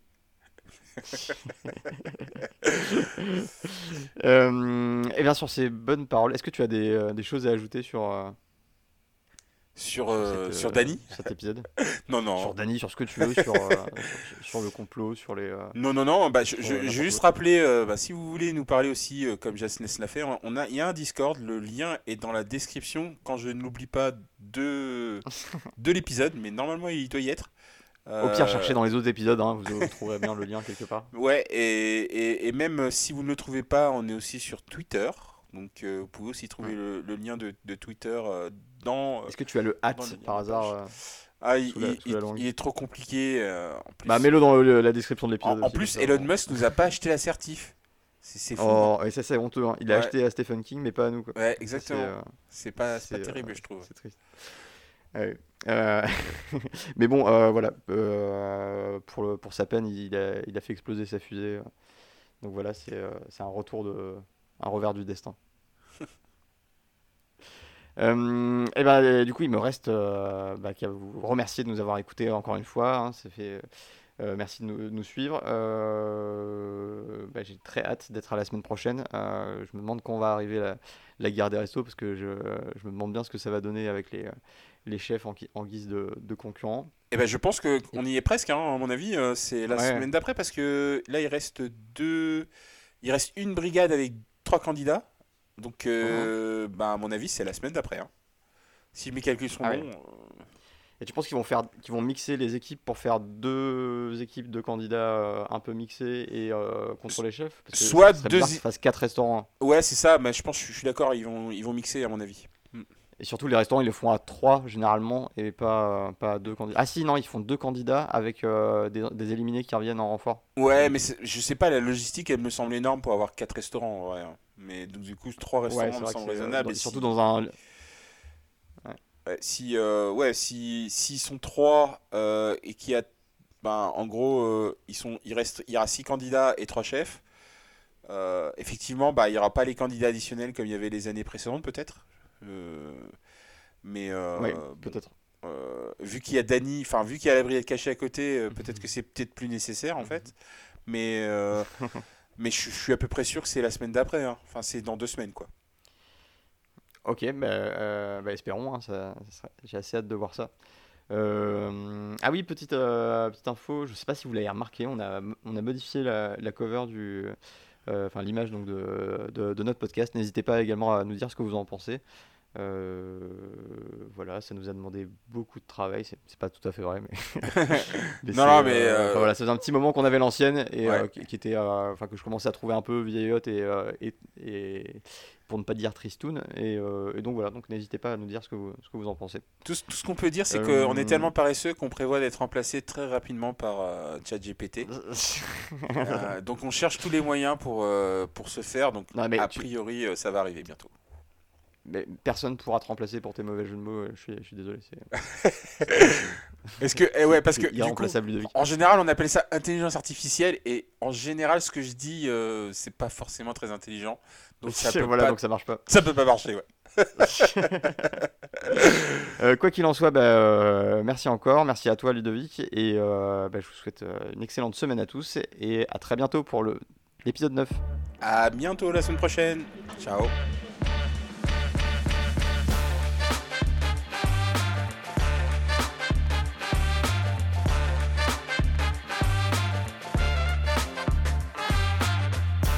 Speaker 1: Euh, et bien sur ces bonnes paroles, est-ce que tu as des, euh, des choses à ajouter sur, euh,
Speaker 2: Sur,
Speaker 1: sur, cette,
Speaker 2: euh, sur
Speaker 1: euh,
Speaker 2: Dany?
Speaker 1: sur cet épisode?
Speaker 2: Non,
Speaker 1: Sur
Speaker 2: non.
Speaker 1: Dany, sur ce que tu veux, sur, euh, sur, sur le complot, sur les, euh,
Speaker 2: Non, non, non. Bah, je,
Speaker 1: sur
Speaker 2: je,
Speaker 1: euh,
Speaker 2: je vais
Speaker 1: n'importe
Speaker 2: juste
Speaker 1: quoi.
Speaker 2: rappeler, euh, bah, si vous voulez nous parler aussi, euh, comme Jasness l'a fait, on a, il y a un Discord. Le lien est dans la description quand je n'oublie pas de, de l'épisode, mais normalement, il doit y être.
Speaker 1: Au pire,
Speaker 2: Euh,
Speaker 1: cherchez dans les autres épisodes, hein, vous, vous trouverez bien le lien quelque part.
Speaker 2: Ouais, et, et, et même euh, si vous ne le trouvez pas, on est aussi sur Twitter. Donc euh, vous pouvez aussi
Speaker 1: Hmm.
Speaker 2: trouver le, le lien de, de Twitter euh, dans, euh,
Speaker 1: Est-ce que tu as le
Speaker 2: dans le
Speaker 1: hâte
Speaker 2: lien de
Speaker 1: par
Speaker 2: la
Speaker 1: hasard
Speaker 2: page.
Speaker 1: euh,
Speaker 2: Ah, il,
Speaker 1: sous la,
Speaker 2: il-
Speaker 1: sous
Speaker 2: il-
Speaker 1: la langue?
Speaker 2: il est trop compliqué euh, en
Speaker 1: Bah,
Speaker 2: plus.
Speaker 1: mets-le dans le- la description de
Speaker 2: En,
Speaker 1: l'épisode
Speaker 2: en
Speaker 1: aussi, comme
Speaker 2: plus,
Speaker 1: ça.
Speaker 2: Elon
Speaker 1: on-
Speaker 2: Musk nous a pas acheté l'assertif. C'est c'est fou, hein.
Speaker 1: Oh, et ça, c'est honteux, hein. Il a
Speaker 2: Ouais,
Speaker 1: acheté à Stephen King, mais pas à nous, quoi.
Speaker 2: ouais,
Speaker 1: Ça, c'est
Speaker 2: exactement.
Speaker 1: euh,
Speaker 2: C'est pas, c'est
Speaker 1: c'est
Speaker 2: pas
Speaker 1: euh,
Speaker 2: terrible, je trouve.
Speaker 1: c'est triste. Ouais. Euh, mais bon, euh, voilà. Euh, pour, le- pour sa peine, il a, il a fait exploser sa fusée. euh. Donc voilà, c'est euh, c'est un retour de, un revers du destin. Euh, et ben, du coup, il me reste euh, bah, qu'à vous remercier de nous avoir écoutés encore une fois, hein. Ça fait, euh, merci de nous, de nous suivre. Euh, bah, j'ai très hâte d'être à la semaine prochaine. Euh, je me demande quand va arriver la, la guerre des restos parce que je, je me demande bien ce que ça va donner avec les, les chefs en, gui- en guise de, de concurrents.
Speaker 2: Et ben, je pense que
Speaker 1: Et
Speaker 2: on
Speaker 1: puis-
Speaker 2: y est presque, hein, à mon avis. euh, c'est la
Speaker 1: ouais.
Speaker 2: semaine d'après parce que là, il reste deux. Il reste une brigade avec trois candidats. Donc,
Speaker 1: Mhm.
Speaker 2: euh, bah, à mon avis, c'est la semaine d'après, hein. Si mes calculs sont
Speaker 1: Ah ouais.
Speaker 2: bons. euh,
Speaker 1: Et tu penses qu'ils vont faire, qu'ils vont mixer les équipes pour faire deux équipes de candidats euh, un peu mixées et euh, contre les chefs? Parce que ça
Speaker 2: Soit
Speaker 1: serait
Speaker 2: deux.
Speaker 1: bizarre qu'ils fassent quatre restaurants.
Speaker 2: Ouais, c'est ça. Mais je pense, je suis d'accord. Ils vont, ils vont mixer, à mon avis.
Speaker 1: Et surtout, les restaurants, ils le font à trois généralement et pas, pas à deux candidats. Ah si, non, ils font deux candidats avec euh, des, des éliminés qui reviennent en renfort.
Speaker 2: Ouais,
Speaker 1: Donc,
Speaker 2: mais c'est- je sais pas, la logistique, elle me semble énorme pour avoir quatre restaurants, en vrai, hein. Mais donc, du coup, trois
Speaker 1: ouais,
Speaker 2: restaurants
Speaker 1: c'est
Speaker 2: me
Speaker 1: vrai que
Speaker 2: semble
Speaker 1: c'est euh,
Speaker 2: raisonnable.
Speaker 1: dans-
Speaker 2: Et
Speaker 1: surtout
Speaker 2: si,
Speaker 1: dans un. Ouais.
Speaker 2: ouais, si, euh, ouais, si, s'ils sont trois euh, et qu'il y a, ben, en gros, euh, ils sont, il reste, il y aura six candidats et trois chefs. Euh, effectivement, bah, il n'y aura pas les candidats additionnels comme il y avait les années précédentes, peut-être. Euh, mais
Speaker 1: Ouais,
Speaker 2: euh, bon,
Speaker 1: peut-être.
Speaker 2: euh, vu qu'il y a Dany, enfin, vu qu'il y a la brigade cachée à côté, euh, peut-être que c'est peut-être plus nécessaire en fait. Mais, euh, mais je, je suis à peu près sûr que c'est la semaine d'après, hein. Enfin, c'est dans deux semaines, quoi.
Speaker 1: Ok, bah, euh, bah, espérons, hein, ça, ça serait- j'ai assez hâte de voir ça. Euh, Ah oui, petite, euh, petite info, je sais pas si vous l'avez remarqué, on a, on a modifié la, la cover du, euh, enfin l'image donc de, de, de notre podcast. N'hésitez pas également à nous dire ce que vous en pensez. Euh, voilà, ça nous a demandé beaucoup de travail, c'est c'est pas tout à fait vrai, mais, mais
Speaker 2: Non,
Speaker 1: c'est,
Speaker 2: non, mais
Speaker 1: euh, enfin
Speaker 2: euh,
Speaker 1: voilà, ça faisait un petit moment qu'on avait l'ancienne et
Speaker 2: ouais.
Speaker 1: euh, qui, qui était, euh, enfin que je commençais à trouver un peu vieillotte et, euh, et, et- pour ne pas dire tristoun. Et, euh, et donc voilà, donc n'hésitez pas à nous dire ce que vous, ce que vous en pensez.
Speaker 2: Tout, ce tout ce qu'on peut dire, c'est qu'on est
Speaker 1: Euh,
Speaker 2: tellement paresseux qu'on prévoit d'être remplacé très rapidement par euh, ChatGPT. Euh, donc on cherche tous les moyens pour, euh, pour se faire. Donc
Speaker 1: Non mais
Speaker 2: a
Speaker 1: tu,
Speaker 2: priori, euh, ça va arriver bientôt.
Speaker 1: mais personne pourra te remplacer pour tes mauvais jeux de mots. Je suis, je suis désolé, c'est,
Speaker 2: Est-ce que, eh ouais, parce
Speaker 1: c'est
Speaker 2: que du coup,
Speaker 1: irremplaçable Ludovic.
Speaker 2: en général, on appelle ça intelligence artificielle et en général, ce que je dis, euh, c'est pas forcément très intelligent. Donc ça peut
Speaker 1: Voilà,
Speaker 2: pas,
Speaker 1: donc ça marche pas.
Speaker 2: ça peut pas marcher, ouais.
Speaker 1: Euh, quoi qu'il en soit, bah, euh, merci encore, merci à toi Ludovic, et euh, bah, je vous souhaite euh, une excellente semaine à tous, et à très bientôt pour le, l'épisode neuf.
Speaker 2: À bientôt la semaine prochaine. Ciao.